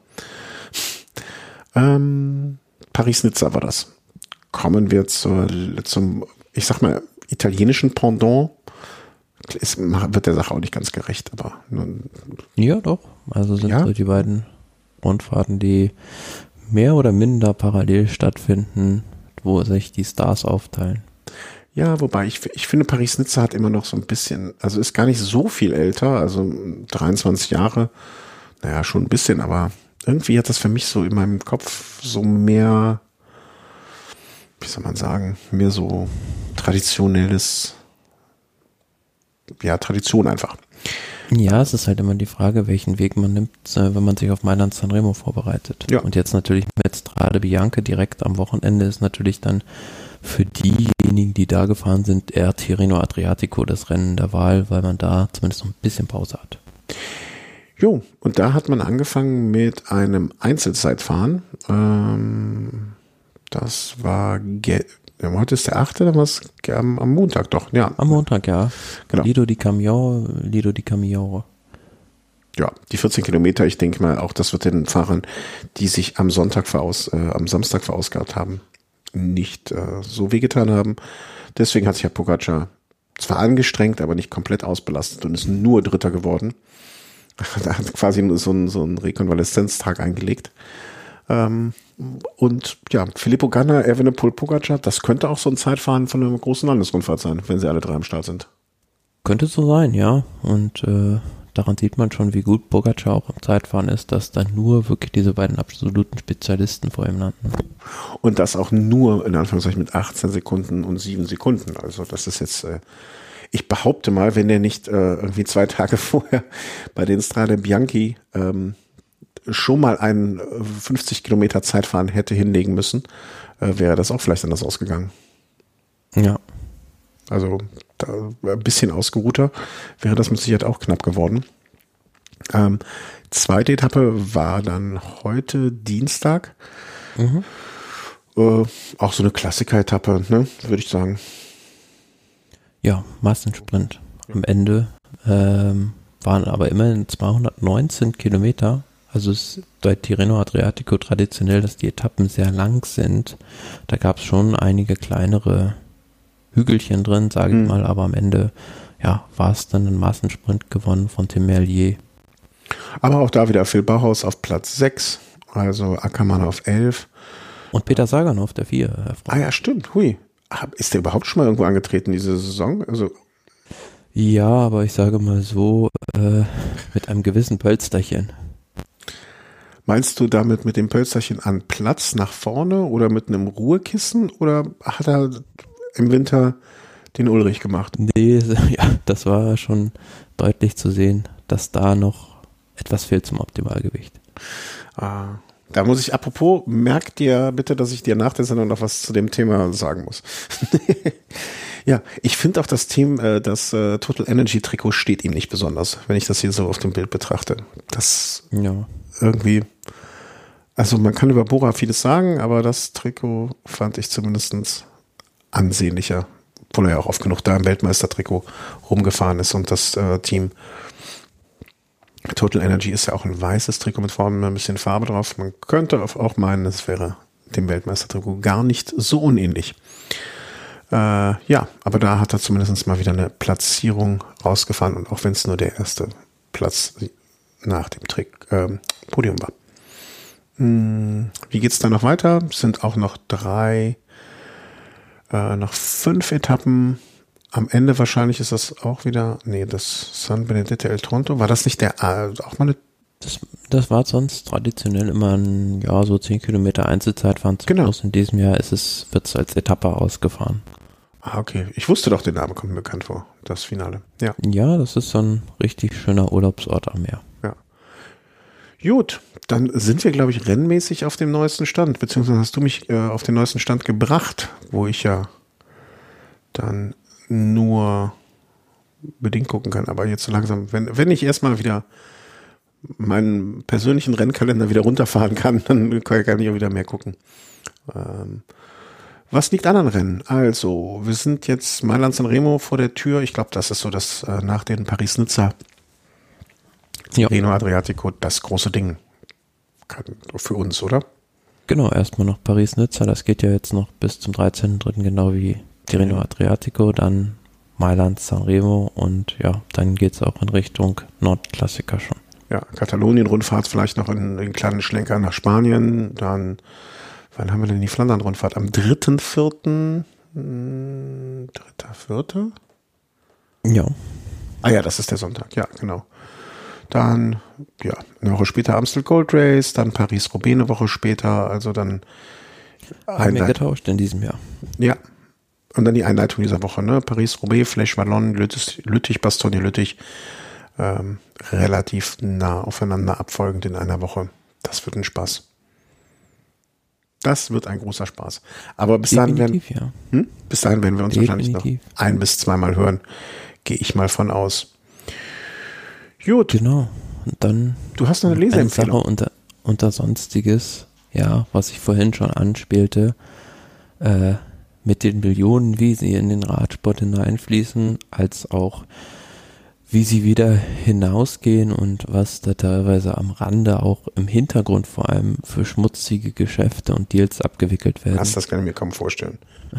Ähm, Paris-Nizza war das. Kommen wir zur, zum, ich sag mal, italienischen Pendant. Es wird der Sache auch nicht ganz gerecht, aber nun, Ja, doch. Also sind Ja? so die beiden Rundfahrten, die mehr oder minder parallel stattfinden, wo sich die Stars aufteilen. ja, wobei ich, ich finde, Paris-Nizza hat immer noch so ein bisschen, also ist gar nicht so viel älter, also dreiundzwanzig Jahre, naja, schon ein bisschen, aber irgendwie hat das für mich so in meinem Kopf so mehr, wie soll man sagen, mehr so traditionelles, ja, Tradition einfach. Ja, es ist halt immer die Frage, welchen Weg man nimmt, äh, wenn man sich auf Mailand Sanremo vorbereitet. Ja. Und jetzt natürlich mit Strade Bianche direkt am Wochenende ist natürlich dann für diejenigen, die da gefahren sind, eher Tirreno Adriatico das Rennen der Wahl, weil man da zumindest noch ein bisschen Pause hat. Jo, und da hat man angefangen mit einem Einzelzeitfahren. Ähm, das war Ge- Ja, heute ist der achte, dann war es am, am Montag doch, ja. Am Montag, ja. Genau. Lido di Camion, Lido di Camion. Ja, die vierzehn Kilometer, ich denke mal, auch das wird den Fahrern, die sich am Sonntag veraus, äh, am Samstag verausgabt haben, nicht äh, so wehgetan haben. Deswegen hat sich ja Pogacar zwar angestrengt, aber nicht komplett ausbelastet und ist nur Dritter geworden. Da hat quasi so einen, so einen Rekonvaleszenztag eingelegt. Ähm, und ja, Filippo Ganna, Evenepoel, Pogacar, das könnte auch so ein Zeitfahren von einer großen Landesrundfahrt sein, wenn sie alle drei am Start sind. Könnte so sein, ja. Und äh, daran sieht man schon, wie gut Pogacar auch im Zeitfahren ist, dass dann nur wirklich diese beiden absoluten Spezialisten vor ihm landen. Und das auch nur in Anführungszeichen mit achtzehn Sekunden und sieben Sekunden. Also das ist jetzt, äh, ich behaupte mal, wenn der nicht äh, irgendwie zwei Tage vorher bei den Strade Bianchi ähm, schon mal einen fünfzig Kilometer Zeitfahren hätte hinlegen müssen, äh, wäre das auch vielleicht anders ausgegangen. Ja. Also da, ein bisschen ausgeruhter wäre das mit Sicherheit auch knapp geworden. Ähm, zweite Etappe war dann heute Dienstag. Mhm. Äh, auch so eine Klassiker-Etappe, ne, würde ich sagen. Ja, Massensprint. Am Ende ähm, waren aber immerhin zweihundertneunzehn Kilometer. Also es ist bei Tirreno Adriatico traditionell, dass die Etappen sehr lang sind. Da gab es schon einige kleinere Hügelchen drin, sage ich mhm. mal, aber am Ende ja, war es dann ein Massensprint gewonnen von Tim Merlier. Aber auch da wieder Phil Bauhaus auf Platz sechs, also Ackermann auf elf. Und Peter Sagan auf der vier. Ah ja, stimmt, hui. Ist der überhaupt schon mal irgendwo angetreten diese Saison? Also ja, aber ich sage mal so, äh, mit einem gewissen Pölsterchen. Meinst du damit mit dem Pölsterchen an Platz nach vorne oder mit einem Ruhekissen oder hat er im Winter den Ulrich gemacht? Nee, ja, das war schon deutlich zu sehen, dass da noch etwas fehlt zum Optimalgewicht. Ah, da muss ich, apropos, merk dir bitte, dass ich dir nach der Sendung noch was zu dem Thema sagen muss. Ja, ich finde auch das Thema, das äh, Total Energy Trikot steht ihm nicht besonders, wenn ich das hier so auf dem Bild betrachte. Das ja. irgendwie, also man kann über Bora vieles sagen, aber das Trikot fand ich zumindest ansehnlicher, obwohl er ja auch oft genug da im Weltmeistertrikot rumgefahren ist und das äh, Team Total Energy ist ja auch ein weißes Trikot mit vorne ein bisschen Farbe drauf. Man könnte auch meinen, es wäre dem Weltmeistertrikot gar nicht so unähnlich. Äh, ja, aber da hat er zumindest mal wieder eine Platzierung rausgefahren und auch wenn es nur der erste Platz nach dem Trick, äh, Podium war. Hm, wie geht's da noch weiter? Es sind auch noch drei, äh, noch fünf Etappen. Am Ende wahrscheinlich ist das auch wieder, nee, das San Benedetto El Tronto, war das nicht der, äh, auch mal eine? Das, das war sonst traditionell immer ein, ja, so zehn Kilometer Einzelzeitfahren. Genau. In diesem Jahr ist es, wird es als Etappe ausgefahren. Ah, okay. Ich wusste doch, der Name kommt mir bekannt vor, das Finale. Ja. Ja, das ist so ein richtig schöner Urlaubsort am Meer. Ja. Gut, dann sind wir, glaube ich, rennmäßig auf dem neuesten Stand, beziehungsweise hast du mich äh, auf den neuesten Stand gebracht, wo ich ja dann nur bedingt gucken kann, aber jetzt so langsam, wenn, wenn ich erstmal wieder meinen persönlichen Rennkalender wieder runterfahren kann, dann kann ich auch wieder mehr gucken. Ähm, was liegt an den Rennen? Also, wir sind jetzt Mailand-San Remo vor der Tür. Ich glaube, das ist so das äh, nach den Paris-Nizza Ja. Reno Adriatico, das große Ding kann, für uns, oder? Genau, erstmal noch Paris-Nizza, das geht ja jetzt noch bis zum dreizehnten dritten genau wie Tirreno Adriatico, dann Mailand, San Remo und ja, dann geht es auch in Richtung Nordklassiker schon. Ja, Katalonien-Rundfahrt, vielleicht noch einen, einen kleinen Schlenker nach Spanien, dann, wann haben wir denn die Flandern-Rundfahrt? Am dritten vierten dritter vierter Ja. Ah ja, das ist der Sonntag, ja, genau. Dann, ja, eine Woche später Amstel Gold Race, dann Paris-Roubaix eine Woche später, also dann Haben wir getauscht in diesem Jahr. Ja, und dann die Einleitung dieser Woche, ne? Paris-Roubaix, Flèche Wallonne, Lüttich, Lüttich Bastogne, Lüttich, ähm, relativ nah aufeinander abfolgend in einer Woche. Das wird ein Spaß. Das wird ein großer Spaß. Aber bis dahin, werden, ja. hm? bis dahin werden wir uns Definitiv. wahrscheinlich noch ein- bis zweimal hören. Gehe ich mal von aus. Gut. Genau. Und dann Du hast noch eine Leseempfehlung. Sache unter, unter Sonstiges, ja, was ich vorhin schon anspielte. Äh, mit den Millionen, wie sie in den Radsport hineinfließen, als auch wie sie wieder hinausgehen und was da teilweise am Rande auch im Hintergrund vor allem für schmutzige Geschäfte und Deals abgewickelt werden. Was, das kann ich mir kaum vorstellen.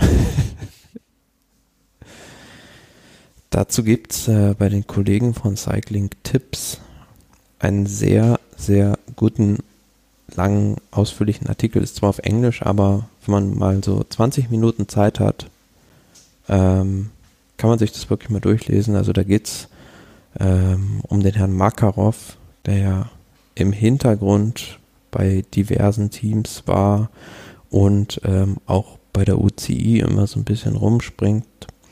Dazu gibt es äh, bei den Kollegen von Cycling Tips einen sehr, sehr guten, langen, ausführlichen Artikel. Ist zwar auf Englisch, aber wenn man mal so zwanzig Minuten Zeit hat, ähm, kann man sich das wirklich mal durchlesen. Also da geht es ähm, um den Herrn Makarov, der ja im Hintergrund bei diversen Teams war und ähm, auch bei der U C I immer so ein bisschen rumspringt.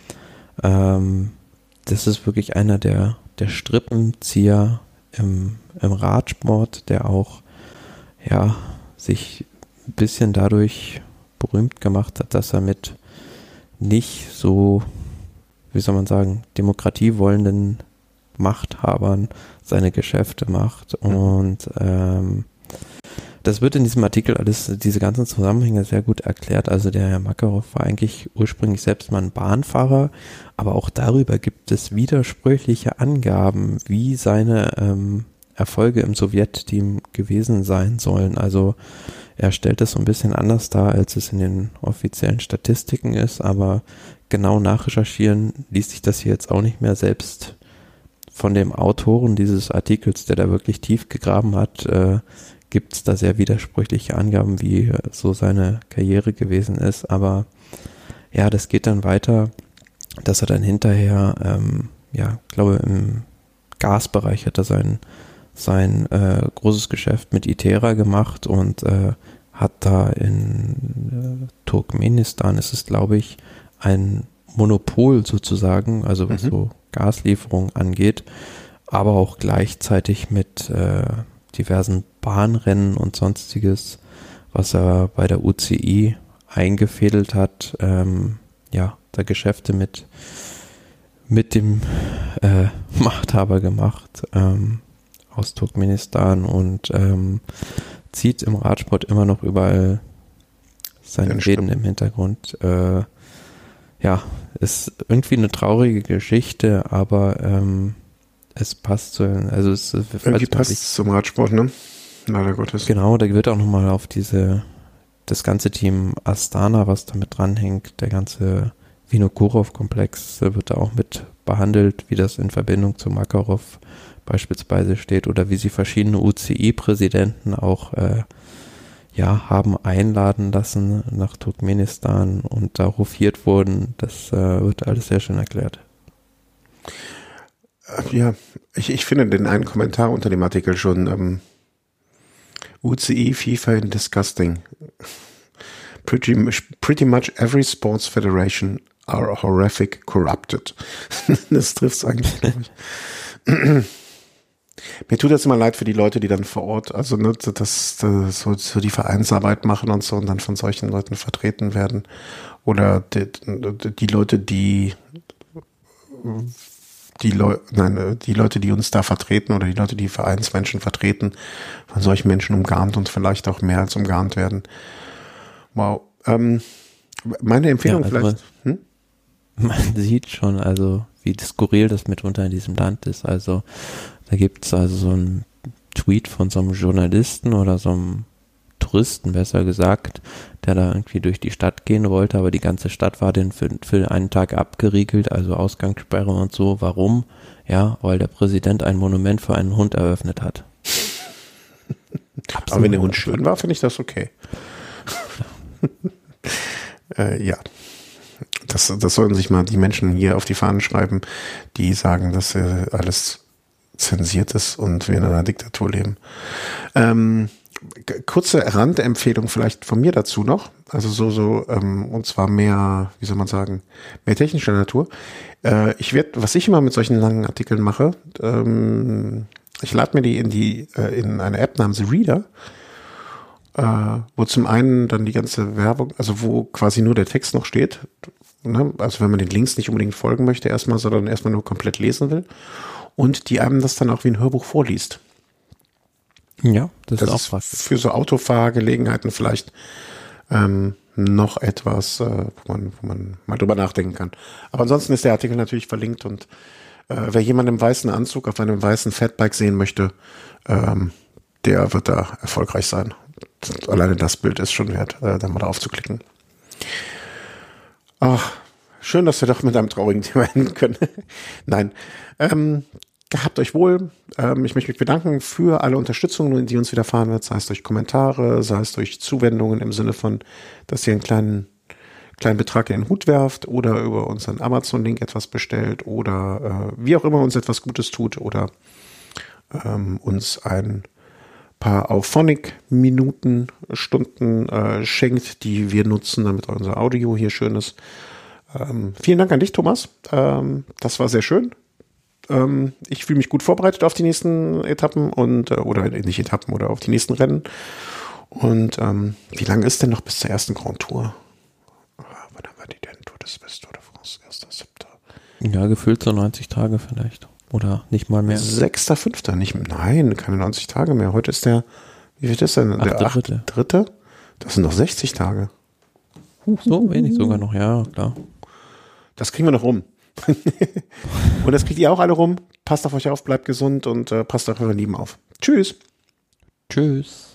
Ähm, das ist wirklich einer der, der Strippenzieher im, im Radsport, der auch ja, sich ein bisschen dadurch berühmt gemacht hat, dass er mit nicht so, wie soll man sagen, demokratiewollenden Machthabern seine Geschäfte macht. Und ähm, das wird in diesem Artikel alles, diese ganzen Zusammenhänge sehr gut erklärt. Also der Herr Makarov war eigentlich ursprünglich selbst mal ein Bahnfahrer, aber auch darüber gibt es widersprüchliche Angaben, wie seine ähm, Erfolge im Sowjetteam gewesen sein sollen. Also er stellt es so ein bisschen anders dar, als es in den offiziellen Statistiken ist, aber genau nachrecherchieren ließ sich das hier jetzt auch nicht mehr. Selbst von dem Autoren dieses Artikels, der da wirklich tief gegraben hat, äh, gibt es da sehr widersprüchliche Angaben, wie so seine Karriere gewesen ist. Aber ja, das geht dann weiter, dass er dann hinterher, ähm, ja, glaube im Gasbereich hat er sein, sein äh, großes Geschäft mit Itera gemacht und äh, hat da in äh, Turkmenistan, ist es glaube ich, ein Monopol sozusagen, also was mhm. so Gaslieferungen angeht, aber auch gleichzeitig mit äh, diversen Bahnrennen und sonstiges, was er bei der U C I eingefädelt hat, ähm, ja, da Geschäfte mit mit dem äh, Machthaber gemacht ähm, aus Turkmenistan und ähm, zieht im Radsport immer noch überall seine Reden im Hintergrund. Äh, ja, ist irgendwie eine traurige Geschichte, aber ähm, es passt zu, also es irgendwie passt es zum Radsport, ne? Leider Gottes. Genau, da wird auch nochmal auf diese, das ganze Team Astana, was da mit dranhängt, der ganze Vinokurov-Komplex wird da auch mit behandelt, wie das in Verbindung zu Makarov beispielsweise steht oder wie sie verschiedene U C I-Präsidenten auch äh, ja, haben einladen lassen nach Turkmenistan und da hofiert wurden. Das äh, wird alles sehr schön erklärt. Ja, ich, ich finde den einen Kommentar unter dem Artikel schon ähm, U C I, FIFA and disgusting. Pretty, pretty much every sports federation are horrific corrupted. Das trifft es eigentlich, glaube ich. Mir tut das immer leid für die Leute, die dann vor Ort, also ne, das, das so, so die Vereinsarbeit machen und so und dann von solchen Leuten vertreten werden. Oder die, die Leute, die die Leute, nein, die Leute, die uns da vertreten oder die Leute, die Vereinsmenschen vertreten, von solchen Menschen umgarnt und vielleicht auch mehr als umgarnt werden. Wow. Ähm, meine Empfehlung ja, also vielleicht. Man, hm? man sieht schon, also wie skurril das mitunter in diesem Land ist. Also da gibt es also so einen Tweet von so einem Journalisten oder so einem Touristen, besser gesagt, der da irgendwie durch die Stadt gehen wollte, aber die ganze Stadt war denn für, für einen Tag abgeriegelt, also Ausgangssperre und so. Warum? Ja, weil der Präsident ein Monument für einen Hund eröffnet hat. Aber wenn der Hund schön war, finde ich das okay. äh, ja. Das, das sollten sich mal die Menschen hier auf die Fahnen schreiben, die sagen, dass äh, alles zensiert ist und wir in einer Diktatur leben. Ähm, kurze Randempfehlung vielleicht von mir dazu noch, also so, so, ähm, und zwar mehr, wie soll man sagen, mehr technischer Natur. Äh, ich werde, was ich immer mit solchen langen Artikeln mache, ähm, ich lade mir die in die, äh, in eine App namens Reader, äh, wo zum einen dann die ganze Werbung, also wo quasi nur der Text noch steht, ne? Also wenn man den Links nicht unbedingt folgen möchte erstmal, sondern erstmal nur komplett lesen will und die einem das dann auch wie ein Hörbuch vorliest. Ja, das, das ist auch praktisch. Für so Autofahrgelegenheiten vielleicht ähm, noch etwas, äh, wo man, wo man mal drüber nachdenken kann. Aber ansonsten ist der Artikel natürlich verlinkt und äh, wer jemanden im weißen Anzug auf einem weißen Fatbike sehen möchte, ähm, der wird da erfolgreich sein. Alleine das Bild ist schon wert, äh, da mal drauf zu klicken. Ach, schön, dass wir doch mit einem traurigen Thema enden können. Nein, ähm, gehabt euch wohl. Ähm, ich möchte mich bedanken für alle Unterstützung, die uns widerfahren wird, sei es durch Kommentare, sei es durch Zuwendungen im Sinne von, dass ihr einen kleinen, kleinen Betrag in den Hut werft oder über unseren Amazon-Link etwas bestellt oder äh, wie auch immer uns etwas Gutes tut oder ähm, uns ein paar Auphonic-Minuten, Stunden äh, schenkt, die wir nutzen, damit unser Audio hier schön ist. Ähm, vielen Dank an dich, Thomas. Ähm, das war sehr schön. Ähm, ich fühle mich gut vorbereitet auf die nächsten Etappen und äh, oder nicht Etappen oder auf die nächsten Rennen. Und ähm, wie lange ist denn noch bis zur ersten Grand Tour? Ah, wann haben wir die denn? Tour des West oder France, erster siebter Ja, gefühlt so neunzig Tage vielleicht. Oder nicht mal mehr. sechster fünfter Nicht, nein, keine neunzig Tage mehr. Heute ist der, wie viel ist denn? Der achte dritte Das sind noch sechzig Tage. So wenig sogar noch, ja, klar. Das kriegen wir noch rum. Und das kriegt ihr auch alle rum. Passt auf euch auf, bleibt gesund und äh, passt auf eure Lieben auf. Tschüss. Tschüss.